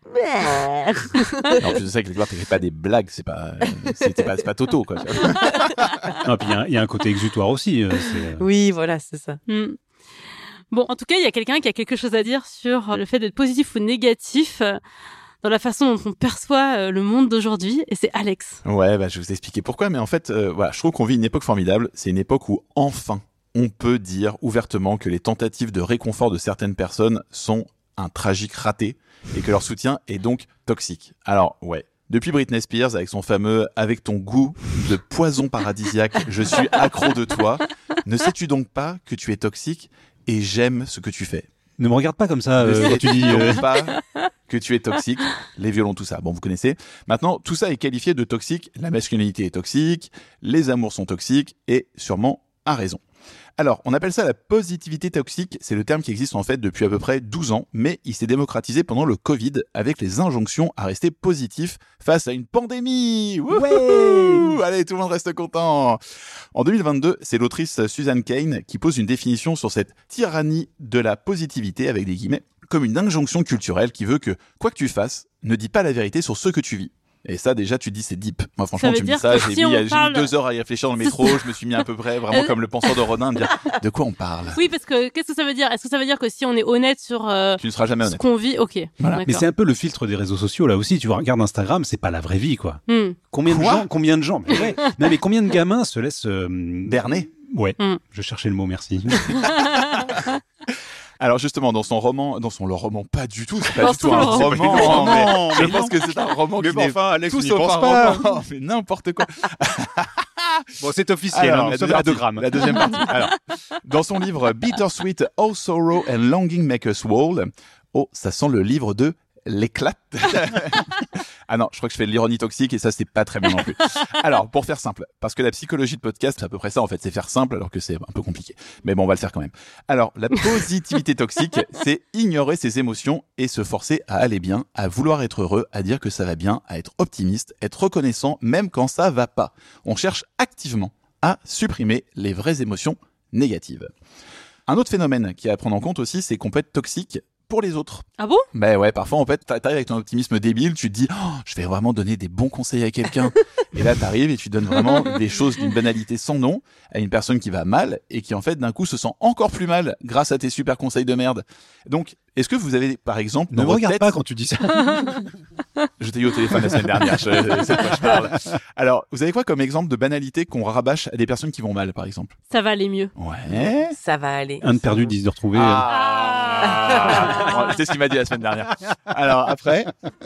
Et en plus de ça, quelque part, t'écris pas des blagues. C'est pas, c'est c'est pas, c'est pas Toto, quoi. tu vois. Non, puis il y a- il y, a un côté exutoire aussi. euh, c'est, euh, Oui, voilà, c'est ça. Hmm. Bon, en tout cas, il y a quelqu'un qui a quelque chose à dire sur le fait d'être positif ou négatif euh, dans la façon dont on perçoit euh, le monde d'aujourd'hui, et c'est Alex. Ouais, bah, je vais vous expliquer pourquoi. Mais en fait, euh, voilà, je trouve qu'on vit une époque formidable. C'est une époque où, enfin, on peut dire ouvertement que les tentatives de réconfort de certaines personnes sont un tragique raté et que leur soutien est donc toxique. Alors, ouais, Depuis Britney Spears avec son fameux « Avec ton goût de poison paradisiaque, je suis accro de toi », ne sais-tu donc pas que tu es toxique et j'aime ce que tu fais? Ne me regarde pas comme ça Ne euh, quand tu sais-tu dis... euh, donc pas que tu es toxique, les violons, tout ça. Bon, vous connaissez. Maintenant, tout ça est qualifié de toxique. La masculinité est toxique, les amours sont toxiques et sûrement à raison. Alors, on appelle ça la positivité toxique. C'est le terme qui existe en fait depuis à peu près douze ans, mais il s'est démocratisé pendant le Covid avec les injonctions à rester positif face à une pandémie. Wouhou! Allez, tout le monde reste content. En deux mille vingt-deux, c'est l'autrice Susan Cain qui pose une définition sur cette tyrannie de la positivité, avec des guillemets, comme une injonction culturelle qui veut que, quoi que tu fasses, ne dis pas la vérité sur ce que tu vis. Et ça, déjà, tu te dis, c'est deep. Moi, franchement, Ça tu veut me dis dire ça, que j'ai si mis, on j'ai parle- mis deux heures à y réfléchir dans le métro, je me suis mis à peu près, vraiment Euh, comme le penseur de Rodin, à me dire, de quoi on parle? Oui, parce que qu'est-ce que ça veut dire? Est-ce que ça veut dire que si on est honnête sur euh, Tu ne seras jamais ce honnête. qu'on vit, ok. Voilà. Mais d'accord. c'est un peu le filtre des réseaux sociaux là aussi. Tu vois, regarde Instagram, c'est pas la vraie vie quoi. Hmm. Combien de Quoi gens, combien de gens, mais ouais. Non mais combien de gamins se laissent euh, Berner. Ouais, Mm. je cherchais le mot, merci. Alors justement, dans son roman, dans son le roman, pas du tout, c'est pas Dans du tout son un roman. roman, mais Non, je mais pense non. que c'est un roman qui n'est Alex, tout sauf un roman, mais n'importe quoi. Bon, c'est officiel, Alors, hein, la, nous sommes à deux deuxième grammes. la deuxième partie. Alors, dans son livre Bittersweet, All Sorrow and Longing Make Us Whole, oh, ça sent le livre de l'éclate. Ah non, je crois que je fais de l'ironie toxique et ça, c'est pas très bien non plus. Alors, pour faire simple, parce que la psychologie de podcast, c'est à peu près ça, en fait, c'est faire simple alors que c'est un peu compliqué. Mais bon, on va le faire quand même. Alors, la positivité toxique, c'est ignorer ses émotions et se forcer à aller bien, à vouloir être heureux, à dire que ça va bien, à être optimiste, être reconnaissant, même quand ça va pas. On cherche activement à supprimer les vraies émotions négatives. Un autre phénomène qui est à prendre en compte aussi, c'est qu'on peut être toxique pour les autres. Ah bon? Ben ouais, parfois en fait, t'arrives avec ton optimisme débile, tu te dis, oh, je vais vraiment donner des bons conseils à quelqu'un. Et là, t'arrives et tu donnes vraiment des choses d'une banalité sans nom à une personne qui va mal et qui en fait d'un coup se sent encore plus mal grâce à tes super conseils de merde. Donc, est-ce que vous avez par exemple Ne dans me votre regarde tête, pas quand tu dis ça. je t'ai eu au téléphone la semaine dernière, je, c'est de quoi je parle. Alors, vous avez quoi comme exemple de banalité qu'on rabâche à des personnes qui vont mal, par exemple? Ça va aller mieux. Ouais. Ça va aller. Un de perdu, dix de retrouvé. Ah. C'est ce qu'il m'a dit la semaine dernière. Alors après,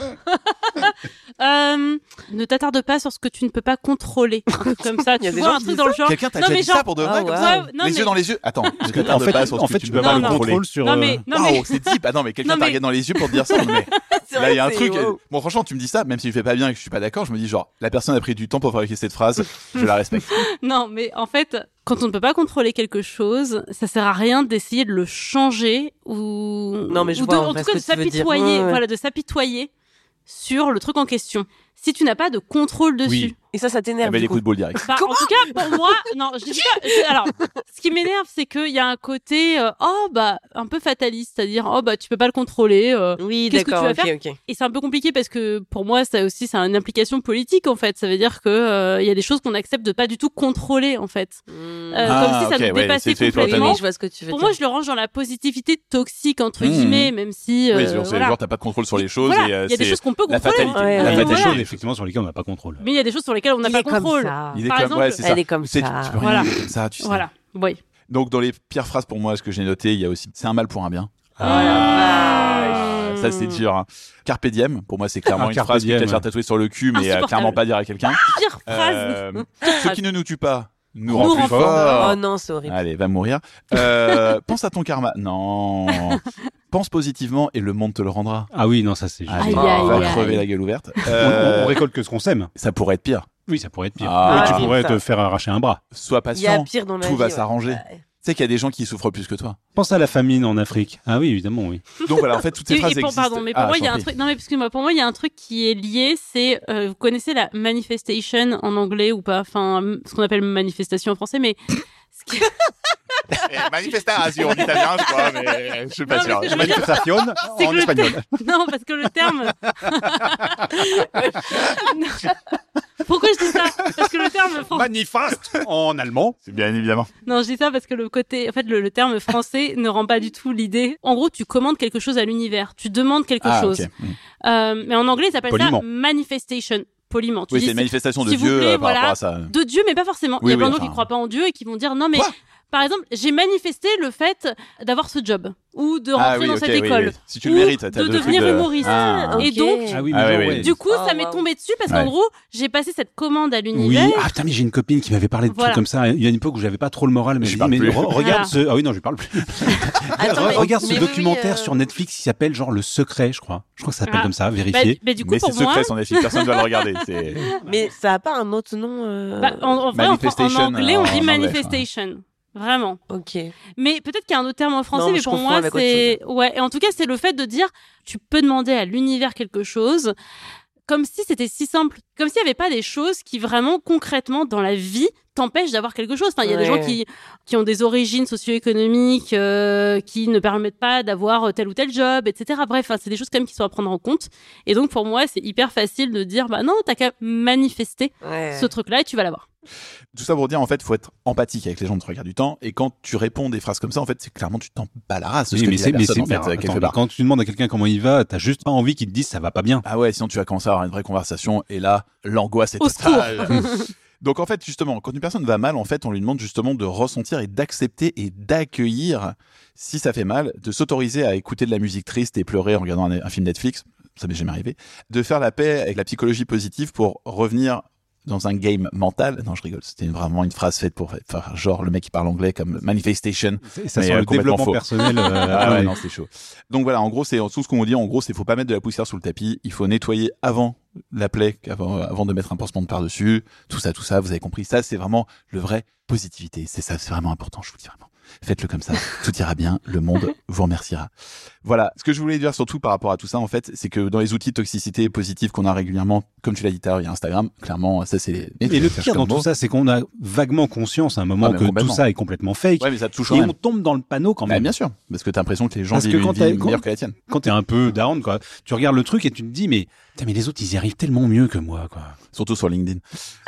Euh, ne t'attarde pas sur ce que tu ne peux pas contrôler. Un truc comme ça, Il y a tu des vois, gens un qui truc disent dans le genre. quelqu'un t'a Non, déjà mais dit genre- ça pour de vrai Ah, comme ouais. ça Ouais, non, Les mais- yeux dans les yeux. Attends, ne En t'attarde fait, pas sur ce en que fait, tu tu peux peux pas avoir le non, non. contrôle sur. Non euh, mais, non mais, Waouh, c'est deep. Ah non, mais quelqu'un Non, t'a mais- regardé dans les yeux pour te dire ça. Mais C'est là, vrai il y a un que truc. c'est- wow. Bon, franchement, tu me dis ça, même si je fais pas bien et que je suis pas d'accord, je me dis genre, la personne a pris du temps pour fabriquer cette phrase, je la respecte. non mais en fait, quand on ne peut pas contrôler quelque chose, ça sert à rien d'essayer de le changer ou. Non, mais je ou vois de, en en vrai tout cas ce de que tu veux dire. s'apitoyer, Ouais, ouais. voilà, de s'apitoyer sur le truc en question. Si tu n'as pas de contrôle dessus. Oui. Et ça, ça Eh t'énerve. ben, du les coup. coups de boule direct. Bah, en tout cas, pour moi, non, je dis pas. je- alors, ce qui m'énerve, c'est qu'il y a un côté, euh, oh bah, un peu fataliste, c'est-à-dire, oh bah, tu peux pas le contrôler. euh, Oui, Qu'est-ce que d'accord. tu vas Ok, ok. Et c'est un peu compliqué parce que pour moi, ça aussi, c'est une implication politique en fait. Ça veut dire que euh, il y a des choses qu'on accepte de pas du tout contrôler en fait, Hmm. Euh, Ah, comme si ça ok, nous ouais, dépassait c'est fait, toi, Oui, complètement. oui, je vois ce que tu veux Pour dire. moi, je le range dans la positivité toxique entre Mmh. guillemets, même si. Oui, euh, c'est genre, c'est voilà. genre, t'as pas de contrôle sur les choses Voilà, et euh, il y a des c'est choses qu'on peut la contrôler. fatalité. Ouais, La ouais, fait des voilà. choses, effectivement, sur lesquelles on n'a pas contrôle. Mais il y a des choses sur lesquelles on n'a Il pas est comme contrôle. ça. Il est Par comme, exemple, ouais, c'est ça. Elle est comme C'est- ça. Tu peux Voilà. rien dire comme ça, tu sais. Voilà. Oui. Donc, dans les pires phrases pour moi, ce que j'ai noté, il y a aussi, c'est un mal pour un bien. Ah, la vache. Ça, c'est dur. Hein. Carpe diem, pour moi, c'est clairement Ah, une carpe phrase que diem, t'as déjà ouais. tatouée sur le cul, mais euh, Insupportable. clairement pas dire à quelqu'un. Pire phrase. Euh, ce qui ne nous tue pas nous Nous rend plus rend fort. fort. Oh non, c'est horrible. Allez, va mourir. Euh, pense à ton karma. Non. Pense positivement et le monde te le rendra. Ah oui, non, ça c'est. Allez, Aïe, aïe, va aïe. crever la gueule ouverte. On, Euh, on- on récolte que ce qu'on sème. ça pourrait être pire. Oui, ça pourrait être pire. Ah. Oui, tu Ah, pourrais ça. te faire arracher un bras. Sois Il y a patient. pire dans la Tout vie. va ouais. s'arranger. Ouais. Tu sais qu'il y a des gens qui souffrent plus que toi. Pense à la famine en Afrique. Ah oui, évidemment, oui. Donc voilà, en fait, toutes ces Et- phrases et pour- existent. pardon, mais pour Ah, moi, il y a j'en un prie. truc. Non, mais excuse-moi. Pour moi, il y a un truc qui est lié. C'est, euh, vous connaissez la manifestation en anglais ou pas? Enfin, ce qu'on appelle manifestation en français, mais ce qui... Manifestation en italien, je crois, mais je suis pas Non, sûr. mais c'est- Manifestation C'est en que le espagnol. Non, parce que le terme. Pourquoi je dis ça? Parce que le terme français. Manifeste en allemand. C'est bien évidemment. Non, je dis ça parce que le côté, en fait, le, le terme français ne rend pas du tout l'idée. En gros, tu commandes quelque chose à l'univers. Tu demandes quelque Ah, chose. ok. Mm. Euh, mais en anglais, ils appellent Poliment. ça manifestation. Poliment. Tu Oui, dis, c'est une manifestation de si vous Dieu voulez, euh, par voilà. rapport à ça. de Dieu, mais pas forcément. Oui, Il y a oui, plein de gens enfin. qui croient pas en Dieu et qui vont dire non, mais Quoi par exemple, j'ai manifesté le fait d'avoir ce job ou de rentrer ah, oui, dans okay, cette oui, école oui. Si tu le mérites, t'as de deux devenir trucs de... humoriste. Ah, Et ok. donc, Ah oui, mais Ah, genre, oui, ouais. oui. du coup, Oh, ça m'est wow. tombé dessus parce Ouais. qu'en gros, j'ai passé cette commande à Oui, l'univers. ah putain, mais j'ai une copine qui m'avait parlé de Voilà. trucs comme ça. Il y a une époque où j'avais pas trop le moral, mais Je je dis, parle mais plus. re- regarde Voilà. ce, ah oui, non, je parle plus. Attends, Re- mais- regarde ce mais oui, documentaire oui, euh, sur Netflix qui s'appelle genre Le Secret, je crois. Je crois que ça s'appelle Ah. comme ça, Bah, vérifier. bah, du coup, mais c'est pour moi, secret son Netflix, personne ne doit le regarder. C'est... Mais ça a pas un autre nom. euh, bah, en, en vrai, en, en Manifestation, anglais, on en dit anglais, je crois. manifestation. Vraiment. Ok. Mais peut-être qu'il y a un autre terme en français, Non, mais je pour confonds moi, avec autre c'est... Ouais, et en tout cas, c'est le fait de dire, tu peux demander à l'univers quelque chose, comme si c'était si simple, comme s'il n'y avait pas des choses qui vraiment, concrètement, dans la vie, t'empêchent d'avoir quelque chose. Enfin, il y a des Ouais. gens qui, qui ont des origines socio-économiques, euh, qui ne permettent pas d'avoir tel ou tel job, et cetera. Bref, enfin, c'est des choses quand même qui sont à prendre en compte. Et donc, pour moi, c'est hyper facile de dire, bah non, t'as qu'à manifester Ouais. ce truc-là et tu vas l'avoir. Tout ça pour dire, en fait, faut être empathique avec les gens de trois quarts du temps. Et quand tu réponds des phrases comme ça, en fait, c'est clairement, tu t'en bats la race de ce Oui, que mais dit c'est, la mais personne, c'est, en fait, mais alors, euh, quelque attends, part. quand tu demandes à quelqu'un comment il va, t'as juste pas envie qu'il te dise ça va pas bien. Ah ouais, sinon tu vas commencer à avoir une vraie conversation et là, l'angoisse est Au totale. Donc en fait, justement, quand une personne va mal, en fait, on lui demande justement de ressentir et d'accepter et d'accueillir si ça fait mal, de s'autoriser à écouter de la musique triste et pleurer en regardant un, un film Netflix, ça m'est jamais arrivé, de faire la paix avec la psychologie positive pour revenir dans un game mental. Non, je rigole, c'était vraiment une phrase faite pour faire genre le mec qui parle anglais comme manifestation. Et ça Mais, sent euh, le complètement développement faux. personnel. euh, Ah ah ouais, ouais. non, c'est chaud. Donc voilà, en gros, c'est tout ce qu'on dit. En gros, c'est faut pas mettre de la poussière sous le tapis. Il faut nettoyer avant la plaie, avant, avant de mettre un pansement de par-dessus. Tout ça, tout ça, vous avez compris. Ça, c'est vraiment le vrai positivité. C'est ça, c'est vraiment important, je vous le dis vraiment. Faites-le comme ça, tout ira bien, le monde vous remerciera. Voilà, ce que je voulais dire surtout par rapport à tout ça, en fait, c'est que dans les outils de toxicité positive qu'on a régulièrement, comme tu l'as dit tout à l'heure, il y a Instagram, clairement, ça c'est les... Et le pire dans tout ça, c'est qu'on a vaguement conscience à un moment Ah, mais que tout complètement. ça est complètement fake. Ouais, mais ça te touche Et quand on même. tombe dans le panneau quand Bah, même. bien sûr, parce que t'as l'impression que les gens Parce que vivent quand une t'as- vie quand- meilleure que la tienne. Quand t'es un peu down, quoi, tu regardes le truc et tu te dis, mais, putain, mais les autres, ils y arrivent tellement mieux que moi, quoi. Surtout sur LinkedIn.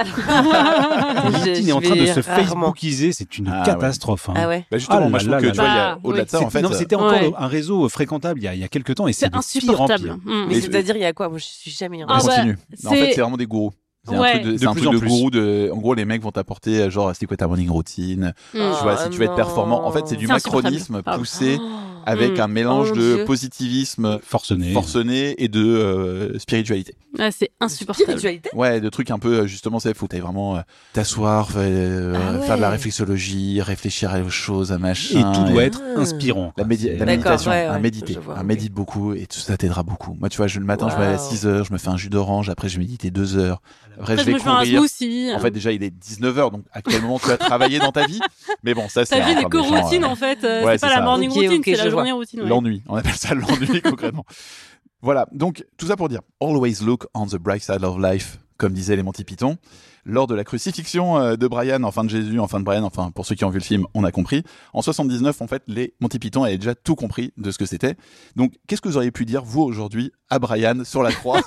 LinkedIn est en train de se rarement. Facebookiser, c'est une Ah, ouais. catastrophe. hein. Ah ouais. Bah justement, Ah moi je là trouve que là tu vois, il y là. a, au-delà de ça, C'est- en fait, non, euh, c'était encore Ouais. un réseau fréquentable il y a, il y a quelques temps et c'est C'est de pire en insupportable. pire. Mm. Mais Mais- c'est-à-dire, il y a quoi Moi, je suis jamais. Ah on bah, continue. En fait, c'est- c'est vraiment des gourous. C'est Ouais. un truc de, De c'est un plus truc en de plus. gourou de, en gros, les mecs vont t'apporter, euh, genre, c'est quoi ta morning routine? Mm. Tu vois, si Ah tu veux être non. performant. En fait, c'est du C'est insupportable. macronisme Ah. poussé Oh. avec Mm. un mélange Oh, mon de Dieu. positivisme Forcené. forcené et de euh, spiritualité. Ah, c'est insupportable. Spiritualité. Ouais, de trucs un peu, euh, justement, c'est faut que t'ailles vraiment euh, t'asseoir, euh, Ah ouais. faire de la réflexologie, réfléchir aux choses, à machin. Et tout doit et- être Ah. inspirant. La, quoi. médi- C'est- la D'accord, méditation, ouais, à ouais, méditer, je vois, à ok. médite beaucoup et tout ça t'aidera beaucoup. Moi, tu vois, je, le matin, je me lève à Wow. six heures, je me fais un jus d'orange, après je vais méditer deux heures, après, Après, je je vais me fais un courir. smoothie. En fait, déjà, il est dix-neuf heures, donc à quel moment tu as travaillé dans ta vie? Mais bon, ça, c'est Ta vie n'est enfin, que des gens, routine, euh, en fait. euh, ouais, c'est pas c'est la ça. morning Ok, routine, ok, c'est je la vois. journée routine. ouais. L'ennui. On appelle ça l'ennui, concrètement. Voilà. Donc, tout ça pour dire, always look on the bright side of life, comme disait les Monty Python. Lors de la crucifixion euh, de Brian, enfin de Jésus, enfin de Brian, enfin pour ceux qui ont vu le film, on a compris. En soixante-dix-neuf, en fait, les Monty Python avaient déjà tout compris de ce que c'était. Donc, qu'est-ce que vous auriez pu dire, vous, aujourd'hui, à Brian, sur la croix?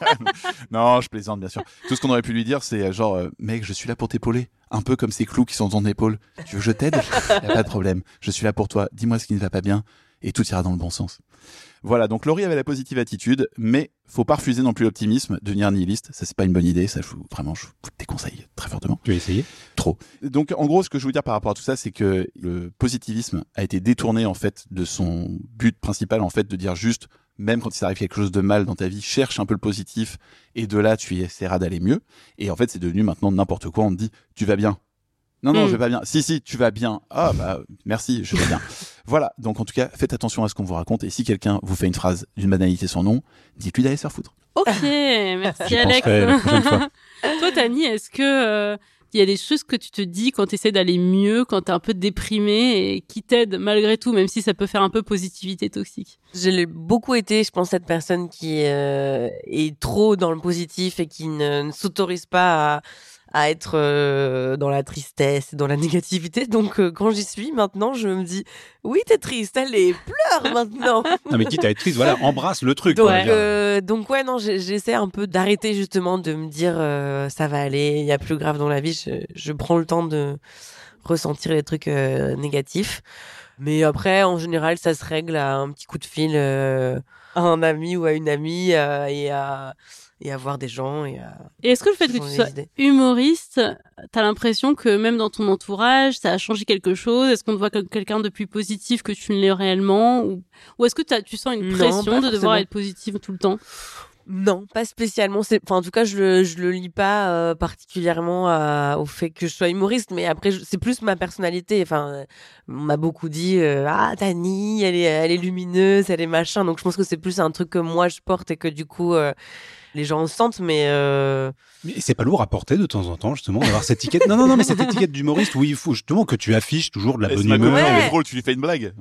Non, je plaisante, bien sûr. Tout ce qu'on aurait pu lui dire, c'est euh, genre, euh, mec, je suis là pour t'épauler. Un peu comme ces clous qui sont dans ton épaule. Tu veux que je t'aide? Y a pas de problème. Je suis là pour toi. Dis-moi ce qui ne va pas bien et tout ira dans le bon sens. Voilà, donc Laurie avait la positive attitude, mais faut pas refuser non plus l'optimisme, devenir nihiliste, ça c'est pas une bonne idée, ça je vous, vraiment je vous déconseille très fortement. Tu as essayé? Trop. Donc en gros, ce que je veux dire par rapport à tout ça, c'est que le positivisme a été détourné en fait de son but principal, en fait, de dire juste, même quand il t'arrive quelque chose de mal dans ta vie, cherche un peu le positif et de là tu essaieras d'aller mieux. Et en fait, c'est devenu maintenant n'importe quoi. On te dit, tu vas bien. Non, non, Mm. je vais pas bien. Si, si, tu vas bien. Ah, bah, merci, je vais bien. Voilà. Donc, en tout cas, faites attention à ce qu'on vous raconte. Et si quelqu'un vous fait une phrase d'une banalité sans nom, dites-lui d'aller se faire foutre. Ok, merci J'y Alex. penserai la prochaine fois. Toi, Tani, est-ce que euh, il y a des choses que tu te dis quand tu essaies d'aller mieux, quand t'es un peu déprimé et qui t'aident malgré tout, même si ça peut faire un peu positivité toxique? J'ai beaucoup été, je pense, cette personne qui euh, est trop dans le positif et qui ne, ne s'autorise pas à, à être euh, dans la tristesse, dans la négativité. Donc, euh, quand j'y suis maintenant, je me dis, oui, t'es triste, allez, pleure maintenant. Non, mais quitte à être triste, voilà, embrasse le truc. Donc, quoi, je veux dire. euh, donc ouais, non, j'ai- j'essaie un peu d'arrêter justement de me dire, euh, ça va aller, il y a plus grave dans la vie. Je, je prends le temps de ressentir les trucs euh, négatifs. Mais après, en général, ça se règle à un petit coup de fil euh, à un ami ou à une amie euh, et à et à voir des gens et à... Et est-ce que le fait que tu sois humoriste, t'as l'impression que même dans ton entourage, ça a changé quelque chose? Est-ce qu'on te voit comme quelqu'un de plus positif que tu ne l'es réellement? Ou, ou est-ce que t'as, tu sens une Non, pression de devoir forcément. être positive tout le temps? Non, pas spécialement. C'est, enfin, en tout cas, je le, je le lis pas euh, particulièrement à- au fait que je sois humoriste, mais après, je- c'est plus ma personnalité. Enfin, euh, on m'a beaucoup dit euh, ah Tani, elle est, elle est lumineuse, elle est machin. Donc, je pense que c'est plus un truc que moi je porte et que du coup, euh, les gens sentent. Mais euh... Mais c'est pas lourd à porter de temps en temps, justement, d'avoir cette étiquette. Non, non, non, mais cette étiquette d'humoriste où il faut justement que tu affiches toujours de la Et bonne c'est ma humeur. copine, Ouais. elle est drôle, tu lui fais une blague.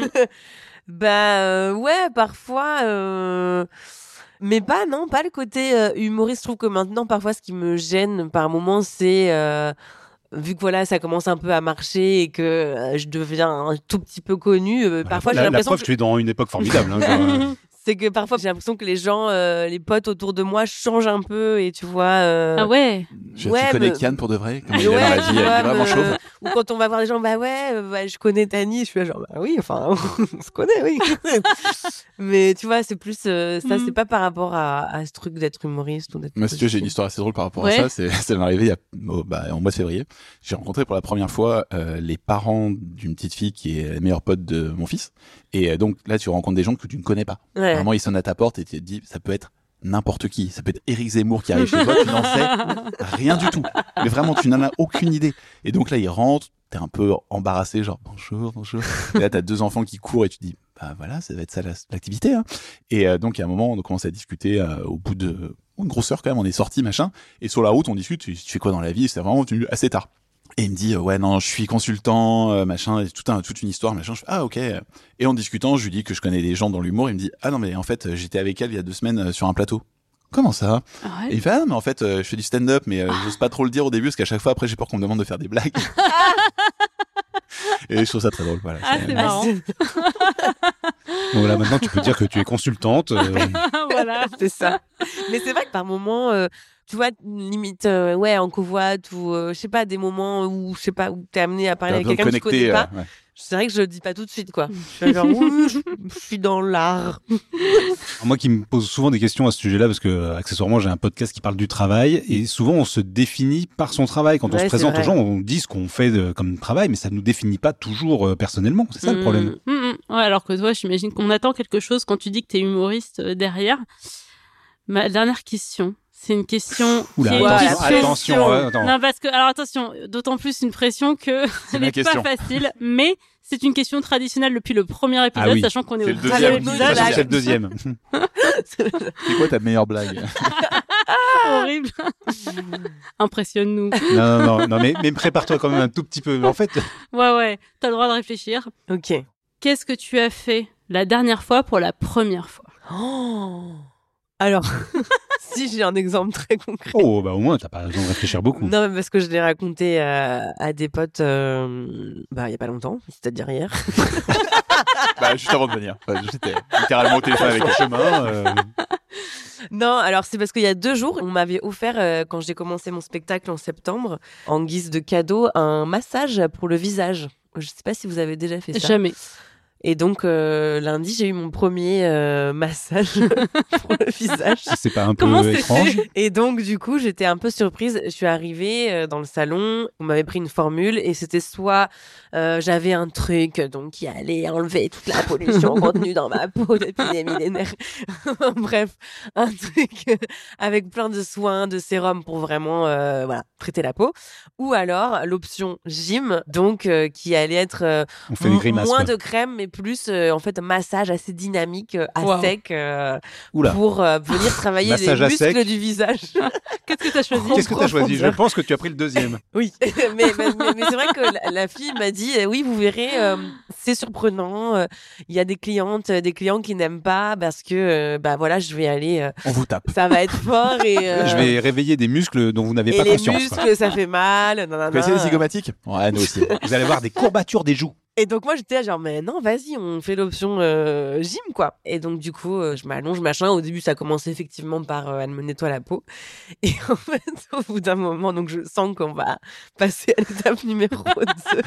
bah euh, ouais, parfois. Euh... Mais pas, non, pas le côté euh, humoriste. Je trouve que maintenant, parfois, ce qui me gêne par moments, c'est, euh, vu que voilà, ça commence un peu à marcher et que euh, je deviens un tout petit peu connue, euh, parfois, la, j'ai la l'impression preuve, que... tu es dans une époque formidable. Hein, genre, c'est que parfois, j'ai l'impression que les gens, euh, les potes autour de moi changent un peu et tu vois... Euh... Ah ouais. Je, Ouais, tu connais me- Kian pour de vrai? Comment il Ouais, est dans la tu vie? Il vois, est vraiment me- chauve. Ou quand on va voir des gens, bah ouais, euh, bah, je connais Tani, je suis là genre, bah oui, enfin, on se connaît, oui. Mais tu vois, c'est plus, euh, ça, Mm. c'est pas par rapport à, à ce truc d'être humoriste ou d'être... Moi, si tu veux, j'ai une histoire assez drôle par rapport Ouais. à ça. C'est, ça m'est arrivé il y a, au- bah, en mois de février. J'ai rencontré pour la première fois euh, les parents d'une petite fille qui est la meilleure pote de mon fils. Et euh, donc là, tu rencontres des gens que tu ne connais pas. Ouais. Vraiment, ils sonnent à ta porte et tu te dis, ça peut être n'importe qui. Ça peut être Éric Zemmour qui arrive chez toi, tu n'en sais rien du tout. Mais vraiment, tu n'en as aucune idée. Et donc là, ils rentrent, t'es un peu embarrassé, genre bonjour, bonjour. Et là, t'as deux enfants qui courent et tu te dis, bah voilà, ça va être ça la- l'activité. Hein. Et euh, donc, à un moment, on commence à discuter euh, au bout de une grosse heure quand même, on est sortis, machin. Et sur la route, on discute, tu, tu fais quoi dans la vie? C'est vraiment tenu assez tard. Et il me dit, euh, ouais, non, je suis consultant, euh, machin, et tout un, toute une histoire, machin. Je fais, ah, ok. Et en discutant, je lui dis que je connais des gens dans l'humour. Il me dit, ah non, mais en fait, j'étais avec elle il y a deux semaines euh, sur un plateau. Comment ça? Ah Et ouais. il fait, ah non, mais en fait, euh, je fais du stand-up, mais euh, j'ose pas trop le dire au début, parce qu'à chaque fois, après, j'ai peur qu'on me demande de faire des blagues. Et je trouve ça très drôle, voilà. Ah, C'est- c'est Ah, marrant. c'est- Donc voilà, maintenant tu peux dire que tu es consultante. euh, Voilà. c'est ça. Mais c'est vrai que par moments, euh, tu vois, limite, euh, ouais, en covoite ou, euh, je sais pas, des moments où, je sais pas, où t'es amené à parler T'as avec besoin de quelqu'un que tu connais connecter, pas. euh, ouais. C'est vrai que je le dis pas tout de suite, quoi. Je suis genre, oui, je, je suis dans l'art. Moi qui me pose souvent des questions à ce sujet-là, parce que euh, accessoirement j'ai un podcast qui parle du travail, et souvent on se définit par son travail. Quand on Ouais, se c'est présente aux vrai. gens, on dit ce qu'on fait de- comme travail, mais ça ne nous définit pas toujours euh, personnellement. C'est ça le Mm. problème. Mm, mm. Ouais, alors que toi, j'imagine qu'on attend quelque chose quand tu dis que t'es humoriste euh, derrière. Ma dernière question, c'est une question Oula, qui est une attention, question- attention, ouais, attends. Non, parce que, alors attention, d'autant plus une pression que C'est elle ma n'est pas question. facile, mais c'est une question traditionnelle depuis le premier épisode, Ah oui. sachant qu'on est, C'est au le deuxième deuxième. épisode. De toute façon, blague. c'est le deuxième. C'est quoi ta meilleure blague? Horrible. Impressionne-nous. non, non, non, non, mais, mais prépare-toi quand même un tout petit peu. Mais en fait, Ouais, ouais, t'as le droit de réfléchir. Ok. Qu'est-ce que tu as fait la dernière fois pour la première fois? Oh. Alors, si j'ai un exemple très concret. oh, bah au moins, t'as pas besoin de réfléchir beaucoup. Non, mais parce que je l'ai raconté à, à des potes, euh, bah, il y a pas longtemps, c'est-à-dire hier. Bah, juste avant de venir. Enfin, j'étais littéralement au téléphone avec Sur elle. le chemin. euh, Non, alors c'est parce qu'il y a deux jours, on m'avait offert, euh, quand j'ai commencé mon spectacle en septembre, en guise de cadeau, un massage pour le visage. Je sais pas si vous avez déjà fait ça. Jamais. Et donc, euh, lundi, j'ai eu mon premier euh, massage pour le visage. C'est pas un peu Comment c'était étrange? Et donc, du coup, j'étais un peu surprise. Je suis arrivée euh, dans le salon, on m'avait pris une formule et c'était soit euh, j'avais un truc donc qui allait enlever toute la pollution contenue dans ma peau depuis des millénaires. Bref, un truc euh, avec plein de soins, de sérum pour vraiment euh, voilà traiter la peau. Ou alors l'option gym, donc euh, qui allait être euh, On fait des grimaces. moins quoi. de crème, mais plus euh, en fait un massage assez dynamique, euh, à Wow. sec, euh, Oula. pour euh, venir travailler les Massage à muscles sec. du visage. Qu'est-ce que t'as choisi? Qu'est-ce que t'as choisi? Je profondeur. pense que tu as pris le deuxième. Oui, mais, mais, mais- mais c'est vrai que la, la fille m'a dit euh, oui, vous verrez, euh, c'est surprenant. euh, Il y a des clientes, euh, des clients qui n'aiment pas parce que euh, bah voilà, je vais aller, euh, On vous tape. ça va être fort et euh, Je vais réveiller des muscles dont vous n'avez et pas les conscience. quoi. muscles, ça fait mal. nanana. Vous connaissez les zygomatiques? Ouais, nous aussi. Vous allez avoir des courbatures des joues. Et donc moi j'étais là, genre mais non vas-y on fait l'option euh, gym quoi. Et donc du coup euh, je m'allonge machin. Au début ça commençait effectivement par euh, elle me nettoie la peau. Et en fait au bout d'un moment donc je sens qu'on va passer à l'étape numéro deux.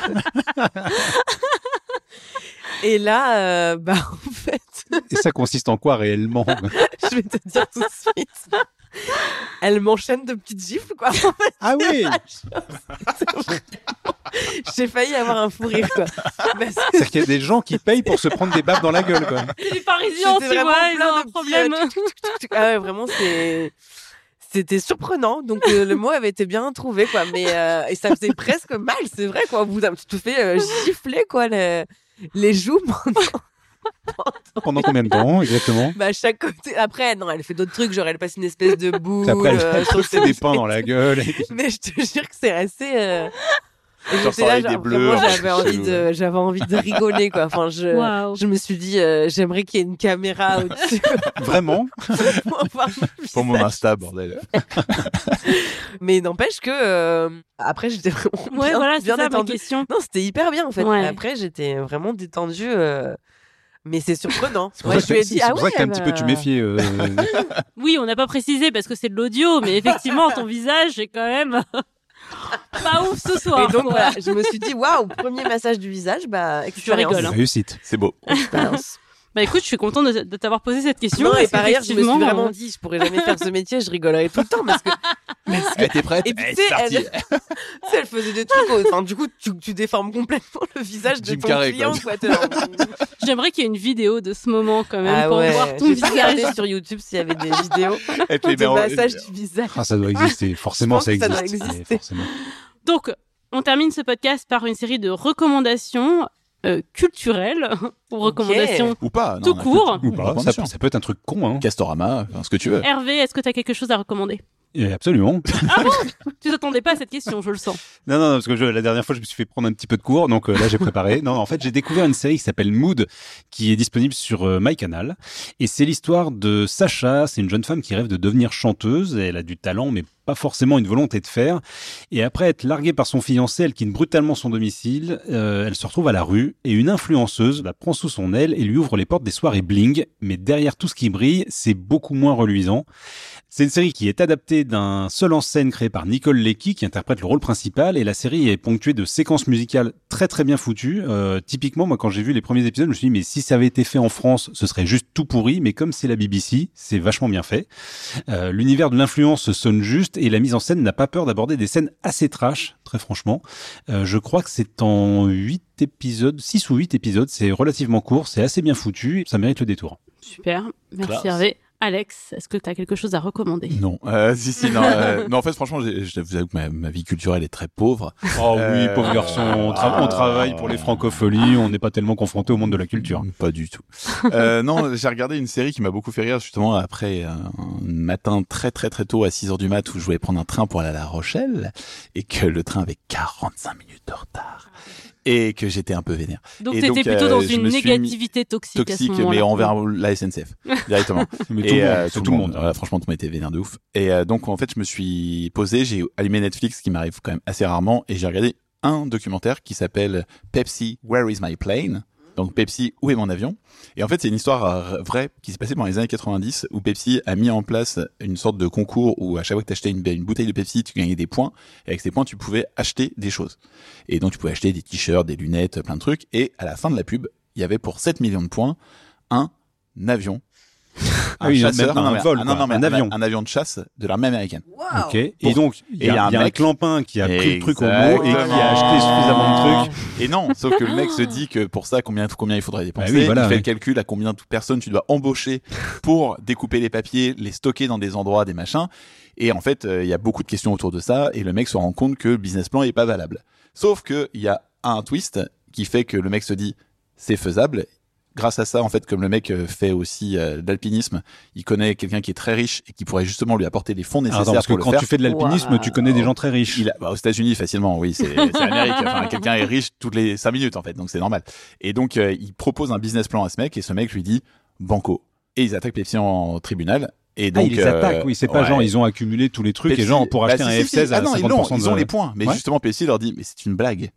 Et là euh, bah en fait Et ça consiste en quoi réellement? je vais te dire tout de suite. Elle m'enchaîne de petites gifles, quoi. Ah oui. J'ai failli avoir un fou rire, quoi. Parce que C'est qu'il y a des gens qui payent pour se prendre des baffes dans la gueule, quoi. Les Parisiens, c'était tu vraiment vois, ils plein ont de un petits, problème. euh, tuc, tuc, tuc, tuc. Ah ouais, vraiment, c'est... C'était surprenant. Donc, euh, le mot avait été bien trouvé, quoi. Mais, euh, et ça faisait presque mal, c'est vrai, quoi. Au bout d'un, tu te fais euh, gifler, quoi, les, les joues pendant... Pendant combien de temps, exactement? Bah, à chaque côté. Après, non, elle fait d'autres trucs, genre, elle passe une espèce de boule. Après, elle euh, sur fait ses des pains dans la gueule. et- Mais je te jure que c'est assez. Euh... et Genre, j'étais ça là, avec genre, des bleus, vraiment, hein, j'avais envie chelou, de, j'avais envie de rigoler, quoi. Enfin, je, Waouh. je me suis dit, euh, j'aimerais qu'il y ait une caméra au-dessus Vraiment? pour voir mon Pour mon visage. Insta, bordel. Mais n'empêche que euh, après, j'étais vraiment Ouais, bien, voilà, c'est bien ça ma détendue. question. Non, c'était hyper bien en fait. Ouais. Après, j'étais vraiment détendue. euh, Mais c'est surprenant. C'est pour Ouais, ça je lui ai que- dit, c'est ah pour ça ouais, que t'es un petit peu bah... tu méfiais. euh, Oui, on n'a pas précisé parce que c'est de l'audio, mais effectivement, ton visage est quand même pas ouf ce soir. Et donc quoi. voilà, je me suis dit, waouh, premier massage du visage, bah, expérience. rigole, hein. Réussite. C'est beau. Expérience. Bah écoute, je suis contente de, de t'avoir posé cette question. Non, et parce par ailleurs, je me suis qu'effectivement, vraiment euh, dit, je pourrais jamais faire ce métier, je rigolerais tout le temps parce que. parce que- Eh, t'es prête? Et puis, Eh, tu sais, c'est parti. elle... tu sais, elle faisait des trucs. Enfin, du coup, tu, tu déformes complètement le visage de Jim ton Carrey, client, quoi. quoi. T'es là, J'aimerais qu'il y ait une vidéo de ce moment quand même Ah pour ouais. voir ton J'ai visage. regardé sur YouTube s'il y avait des vidéos Elle te les met de en- massage du visage. Ah, ça doit exister. Forcément, pense ça que ça existe. doit mais exister. forcément. Donc, on termine ce podcast par une série de recommandations euh, culturelles ou recommandations Ou pas. non, tout on a court. fait- Ou pas. Ça, peut- ça peut être un truc con, hein. Castorama, enfin, ce que tu veux. Hervé, est-ce que tu as quelque chose à recommander? Et absolument. Tu t'attendais pas à cette question, je le sens. Non, non, non, parce que je, la dernière fois, je me suis fait prendre un petit peu de cours, donc euh, là, j'ai préparé. Non, en fait, j'ai découvert une série qui s'appelle Mood, qui est disponible sur euh, MyCanal. Et c'est l'histoire de Sacha. C'est une jeune femme qui rêve de devenir chanteuse. Elle a du talent, mais pas forcément une volonté de faire. Et après être larguée par son fiancé, elle quitte brutalement son domicile. Euh, elle se retrouve à la rue et une influenceuse la prend sous son aile et lui ouvre les portes des soirées bling. Mais derrière tout ce qui brille, c'est beaucoup moins reluisant. C'est une série qui est adaptée d'un seul en scène créé par Nicole Lecky qui interprète le rôle principal et la série est ponctuée de séquences musicales très très bien foutues. Euh, typiquement, moi quand j'ai vu les premiers épisodes, je me suis dit mais si ça avait été fait en France, ce serait juste tout pourri, mais comme c'est la B B C, c'est vachement bien fait. Euh, l'univers de l'influence sonne juste et la mise en scène n'a pas peur d'aborder des scènes assez trash, très franchement. Euh, je crois que c'est en huit épisodes, six ou huit épisodes, c'est relativement court, c'est assez bien foutu, ça mérite le détour. Super, merci Classe. Hervé. Alex, est-ce que tu as quelque chose à recommander? Non, euh, si, si, non, euh, non, en fait, franchement, j'ai- je vous avoue que ma, ma vie culturelle est très pauvre. Oh Euh, oui, pauvre garçon, on, tra- on travaille pour les francopholies, on n'est pas tellement confronté au monde de la culture. Pas du tout. Euh, non, j'ai regardé une série qui m'a beaucoup fait rire, justement, après un matin très, très, très tôt, à six heures du mat, où je voulais prendre un train pour aller à La Rochelle, et que le train avait quarante-cinq minutes de retard. Et que j'étais un peu vénère. Donc Et t'étais donc, plutôt euh, dans je une me suis négativité toxique, à Toxique, ce moment-là. mais envers la S N C F, directement. Mais Et, tout, le monde, euh, c'est tout le monde. Voilà, franchement, tout le monde était vénère de ouf. Et euh, donc, en fait, je me suis posé, j'ai allumé Netflix, ce qui m'arrive quand même assez rarement, et j'ai regardé un documentaire qui s'appelle Pepsi, Where is my plane? Donc Pepsi, où est mon avion? Et en fait, c'est une histoire euh, vraie qui s'est passée dans les années quatre-vingt-dix, où Pepsi a mis en place une sorte de concours où à chaque fois que tu achetais une, une bouteille de Pepsi, tu gagnais des points. Et avec ces points, tu pouvais acheter des choses. Et donc, tu pouvais acheter des t-shirts, des lunettes, plein de trucs. Et à la fin de la pub, il y avait pour sept millions de points un avion. Ah oui, chasseur, même non, un mais- vol, ah, non, quoi, non, mais un avion. Un avion de chasse de l'armée américaine. Waouh. Ok. Et Pour- donc, il y, et a, un il y a un mec- clampin qui a pris le truc au mot et qui a acheté suffisamment de trucs. Et non, sauf que le mec se dit que pour ça, combien, combien il faudrait dépenser. Bah oui, voilà, il fait oui. le calcul à combien de personnes tu dois embaucher pour découper les papiers, les stocker dans des endroits, des machins. Et en fait, euh, il y a beaucoup de questions autour de ça et le mec se rend compte que le business plan est pas valable. Sauf que il y a un twist qui fait que le mec se dit c'est faisable. Grâce à ça, en fait, comme le mec euh, fait aussi euh, de l'alpinisme, il connaît quelqu'un qui est très riche et qui pourrait justement lui apporter les fonds Alors, nécessaires attends, parce que pour le quand faire. tu fais de l'alpinisme, Wow. tu connais des gens très riches. Il a, bah, aux États-Unis, facilement, oui, c'est c'est Amérique. Enfin, quelqu'un est riche toutes les cinq minutes, en fait, donc c'est normal. Et donc, euh, il propose un business plan à ce mec, et ce mec lui dit banco. Et ils attaquent Pepsi en tribunal. Et Ah, donc, ils les euh, attaquent, oui, c'est pas ouais. genre ils ont accumulé tous les trucs Pepsi- et genre pour bah, acheter si, un si, F seize si. à Ah non, ils cinquante l'ont, pour cent ils ont de... les points. Mais Ouais. justement, Pepsi leur dit, mais c'est une blague.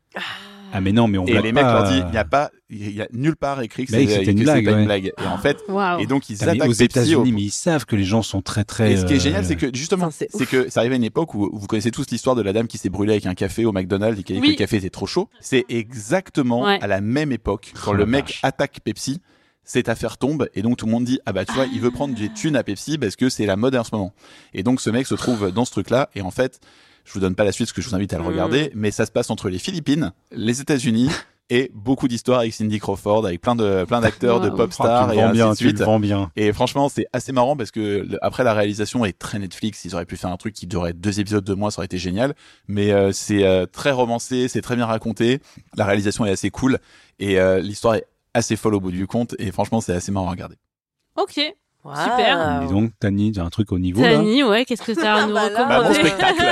Ah mais non, mais on Et blague les mecs pas. leur disent, il y a pas, il y a nulle part écrit que Bah c'est oui, que c'était que une c'est blague, pas ouais. une blague. Et en fait, Waouh. et donc ils Putain, mais attaquent aux Pepsi. au- États-Unis, mais ils savent que les gens sont très très. Et ce qui est euh, génial, c'est que justement, Putain, c'est c'est que ça arrive à une époque où vous connaissez tous l'histoire de la dame qui s'est brûlée avec un café au McDonald's et qui a dit Oui. que le café était trop chaud. C'est exactement Ouais. à la même époque quand Oh le la mec vache. attaque Pepsi. cette affaire tombe et donc tout le monde dit ah bah tu vois il veut prendre des thunes à Pepsi parce que c'est la mode en ce moment. Et donc ce mec se trouve dans ce truc-là et en fait je vous donne pas la suite parce que je vous invite à le regarder, mmh. mais ça se passe entre les Philippines, les États-Unis et beaucoup d'histoires avec Cindy Crawford, avec plein de plein d'acteurs, wow. de pop stars oh, et ainsi bien, de suite. Tu le vends bien. Et franchement, c'est assez marrant parce que le, après la réalisation est très Netflix. Ils auraient pu faire un truc qui durait deux épisodes de mois, ça aurait été génial. Mais euh, c'est euh, très romancé, c'est très bien raconté. La réalisation est assez cool et euh, l'histoire est assez folle au bout du compte. Et franchement, c'est assez marrant à regarder. Ok. Wow. Super. Dis donc, Tani, t'as un truc au niveau Tani, là. ouais, qu'est-ce que ça à nous bah recommander? Bah, mon spectacle.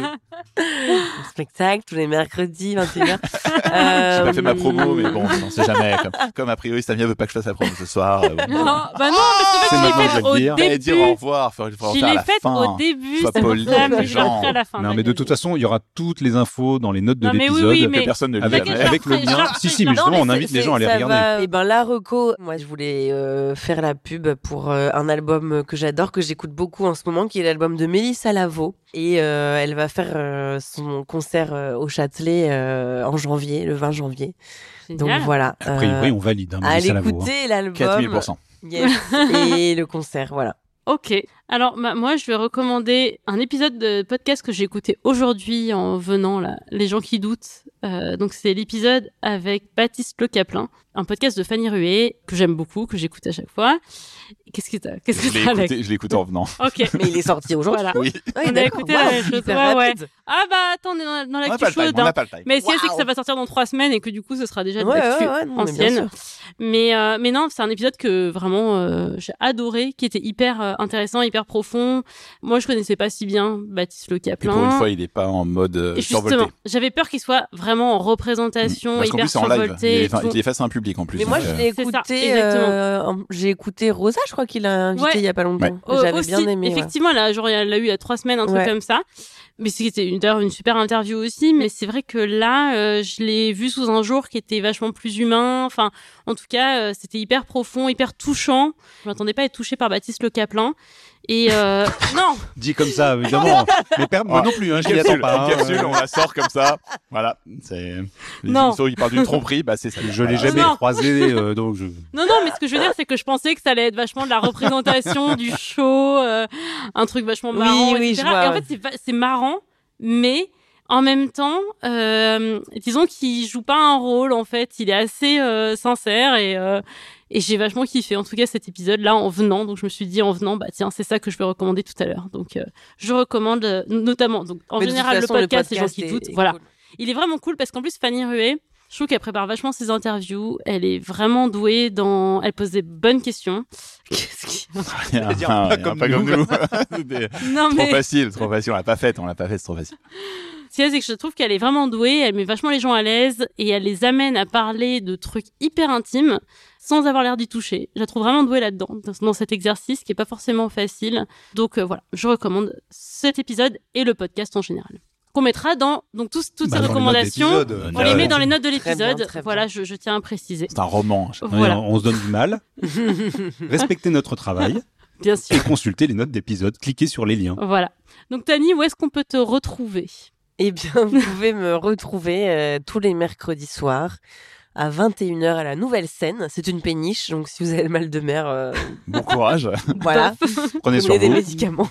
Mon spectacle tous les mercredis, vingt et une heures. euh... J'ai pas fait ma promo, mais bon, on sait jamais. Comme, comme a priori, Samia veut pas que je fasse la promo ce soir. Euh, non, bah non, parce que je l'ai faite au début. Fallait dire au revoir, faut, faut je l'ai faite au début, c'est pour ça, mais je l'ai à la fin. Non, mais de toute façon, il y aura toutes les infos dans les notes de non, l'épisode. Oui, oui, mais... que personne ne lit avec, jamais. avec le lien. Si, si, mais justement, on invite les gens à les regarder. Et ben, la reco, moi, je voulais euh, faire la pub pour euh, un album que j'adore, que j'écoute beaucoup en ce moment, qui est l'album de Mélissa Lavo. Et euh, elle va faire euh, son concert euh, au Châtelet euh, en janvier, le vingt janvier. Génial. Donc voilà. A priori, euh, on valide. Hein, allez Lavo, écouter hein. l'album. quatre mille pour cent. Yes. Et le concert, voilà. Ok. Alors, bah, moi, je vais recommander un épisode de podcast que j'ai écouté aujourd'hui en venant, là, Les gens qui doutent. Euh, donc, c'est l'épisode avec Baptiste Le Caplin, un podcast de Fanny Rué, que j'aime beaucoup, que j'écoute à chaque fois. Qu'est-ce que t'as, qu'est-ce que je l'ai t'as, écouté, Alex? je l'ai écouté en venant. Ok. Mais il est sorti aujourd'hui. Voilà. Oui. Oui, on a écouté la même chose. Ouais, ouais. Ah bah attends, on est dans, dans l'actu chaude. On n'a pas le time. Mais si wow. c'est que ça va sortir dans trois semaines et que du coup ce sera déjà de ouais, l'actu ouais, ouais, non, ancienne. Mais, mais, euh, mais non, c'est un épisode que vraiment euh, j'ai adoré, qui était hyper euh, intéressant, hyper profond. Moi je connaissais pas si bien Baptiste Le Caplin. Et pour une fois, il est pas en mode euh, et survolté. Justement, j'avais peur qu'il soit vraiment en représentation, Parce hyper qu'en plus, survolté. c'est en live. Il est face à un public en plus. Mais moi, donc, je l'ai euh... écouté. Ça, euh, j'ai écouté Rosa, je crois qu'il a invité ouais. il y a pas longtemps. Ouais. J'avais aussi, bien aimé. Effectivement, ouais. là, genre, elle l'a eu il y a trois semaines, un truc ouais. comme ça. Mais c'était une, d'ailleurs une super interview aussi. Mais c'est vrai que là, euh, je l'ai vu sous un jour qui était vachement plus humain. Enfin, en tout cas, euh, c'était hyper profond, hyper touchant. Je m'attendais pas à être touchée par Baptiste Le Caplin. Et euh, non. Dit comme ça, évidemment. Mais per... moi non plus, hein, je n'y attends pas. Une capsule, on la sort comme ça. Voilà. C'est. Les non. Ils parlent d'une tromperie, bah c'est ça. Je l'ai jamais non. croisé, euh, donc je. Non, non, mais ce que je veux dire, c'est que je pensais que ça allait être vachement de la représentation du show, euh, un truc vachement marrant, oui, oui, et cetera. Je vois, et en ouais. fait, c'est, c'est marrant, mais en même temps, euh, disons qu'il joue pas un rôle. En fait, il est assez euh, sincère et. Euh, Et j'ai vachement kiffé, en tout cas, cet épisode-là en venant. Donc, je me suis dit en venant, bah tiens, c'est ça que je vais recommander tout à l'heure. Donc, euh, je recommande euh, notamment, donc en Mais général, façon, le podcast, le les gens podcast qui est, doutent. est Voilà. cool. Il est vraiment cool parce qu'en plus, Fanny Rué, je trouve qu'elle prépare vachement ses interviews. Elle est vraiment douée dans... Elle pose des bonnes questions. Qu'est-ce qui... Rien, dire, pas, comme, pas comme nous. C'était non, mais... Trop facile, trop facile. On l'a pas faite, on l'a pas faite, c'est trop facile. Ce qu'il y a, c'est que je trouve qu'elle est vraiment douée, elle met vachement les gens à l'aise et elle les amène à parler de trucs hyper intimes sans avoir l'air d'y toucher. Je la trouve vraiment douée là-dedans, dans cet exercice qui est pas forcément facile. Donc euh, voilà, je recommande cet épisode et le podcast en général. Qu'on mettra dans donc tous, toutes bah, ces recommandations, on les met dans les notes de Très l'épisode. bien, très voilà, bien. je, je tiens à préciser. C'est un roman. Voilà. On, on se donne du mal. Respectez notre travail. Bien sûr. Et consultez les notes d'épisode. Cliquez sur les liens. Voilà. Donc Tani, où est-ce qu'on peut te retrouver ? Eh bien, vous pouvez me retrouver euh, tous les mercredis soirs à vingt et une heures à la Nouvelle Scène. C'est une péniche, donc si vous avez le mal de mer, euh, Bon courage. voilà. Prenez sur Prenez des vous. médicaments.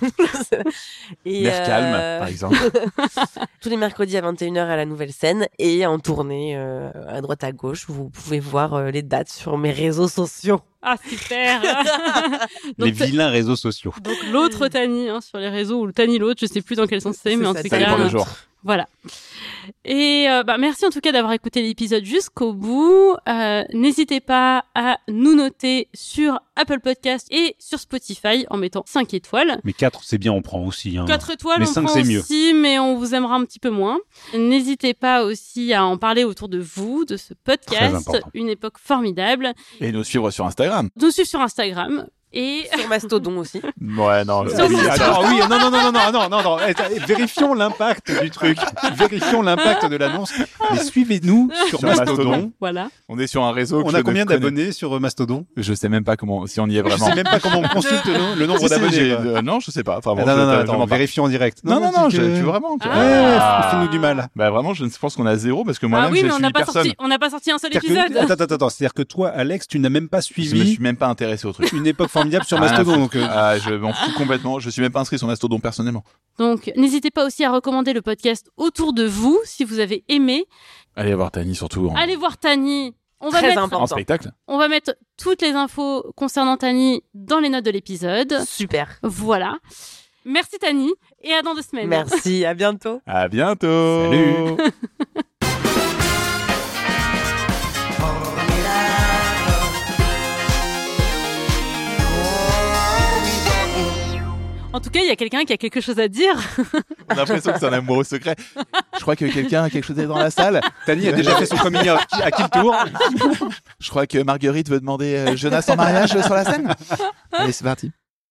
Et, Mer calme, euh, par exemple. tous les mercredis à vingt et une heures à la Nouvelle Scène et en tournée euh, à droite à gauche. Vous pouvez voir euh, les dates sur mes réseaux sociaux. Ah super. Les donc, vilains réseaux sociaux. donc l'autre Tani hein, sur les réseaux ou le Tani l'autre, je sais plus dans quel sens c'est, C'est mais en ça, tout Ça cas. dépend le jour. Voilà. Et euh, bah, merci en tout cas d'avoir écouté l'épisode jusqu'au bout. Euh, n'hésitez pas à nous noter sur Apple Podcast et sur Spotify en mettant cinq étoiles. Mais quatre, c'est bien, on prend aussi. Hein. quatre étoiles, Mais on cinq, prend c'est mieux. aussi, mais on vous aimera un petit peu moins. N'hésitez pas aussi à en parler autour de vous, de ce Très podcast, important. Une époque formidable. Et nous suivre sur Instagram. Nous suivre sur Instagram. Et Sur Mastodon aussi. Ouais, non. Sur c'est- Oui, Mastodon. attends, oui, non, non, non, non, non, non, non, non. Eh, Vérifions l'impact du truc. Vérifions l'impact de l'annonce. Mais suivez-nous sur, Sur Mastodon. Mastodon. voilà. On est sur un réseau. que On je a ne combien connais- d'abonnés sur euh, Mastodon? Je sais même pas comment, si on y est Je vraiment. sais même pas comment on consulte le, le nombre Si, si, d'abonnés. j'ai- quoi. euh, non, je sais pas. Enfin, bon, Ah, non, je- non, non, je attends, mens pas. vérifions en direct. Non, non, non, tu- je, tu veux vraiment. tu- Ouais, Ah. fais-nous du mal. Bah vraiment, je pense qu'on a zéro parce que moi-même, Ah oui, j'ai mais on n'a suivi pas personne. sorti, on n'a pas sorti un seul C'est-à-dire épisode. que- attends, attends, attends. C'est-à-dire que toi, Alex, tu n'as même pas Je me suivi suis même pas intéressé au truc. une époque formidable sur Ah, Mastodon. Donc, euh, Ah, je m'en fous complètement. Je suis même pas inscrit sur Mastodon personnellement. Donc, n'hésitez pas aussi à recommander le podcast autour de vous si vous avez aimé. Allez voir Tani surtout en, Allez voir Tani. On va Très mettre, important. en spectacle. on va mettre toutes les infos concernant Tani dans les notes de l'épisode. Super. Voilà. Merci Tani et à dans deux semaines. Merci, à bientôt. À bientôt. Salut. En tout cas, il y a quelqu'un qui a quelque chose à dire. On a l'impression que c'est un amoureux secret. Je crois que quelqu'un a quelque chose à dire dans la salle. Tani a déjà fait son coming out. À qui le tour? Je crois que Marguerite veut demander euh, Jonas en mariage euh, sur la scène. Allez, c'est parti.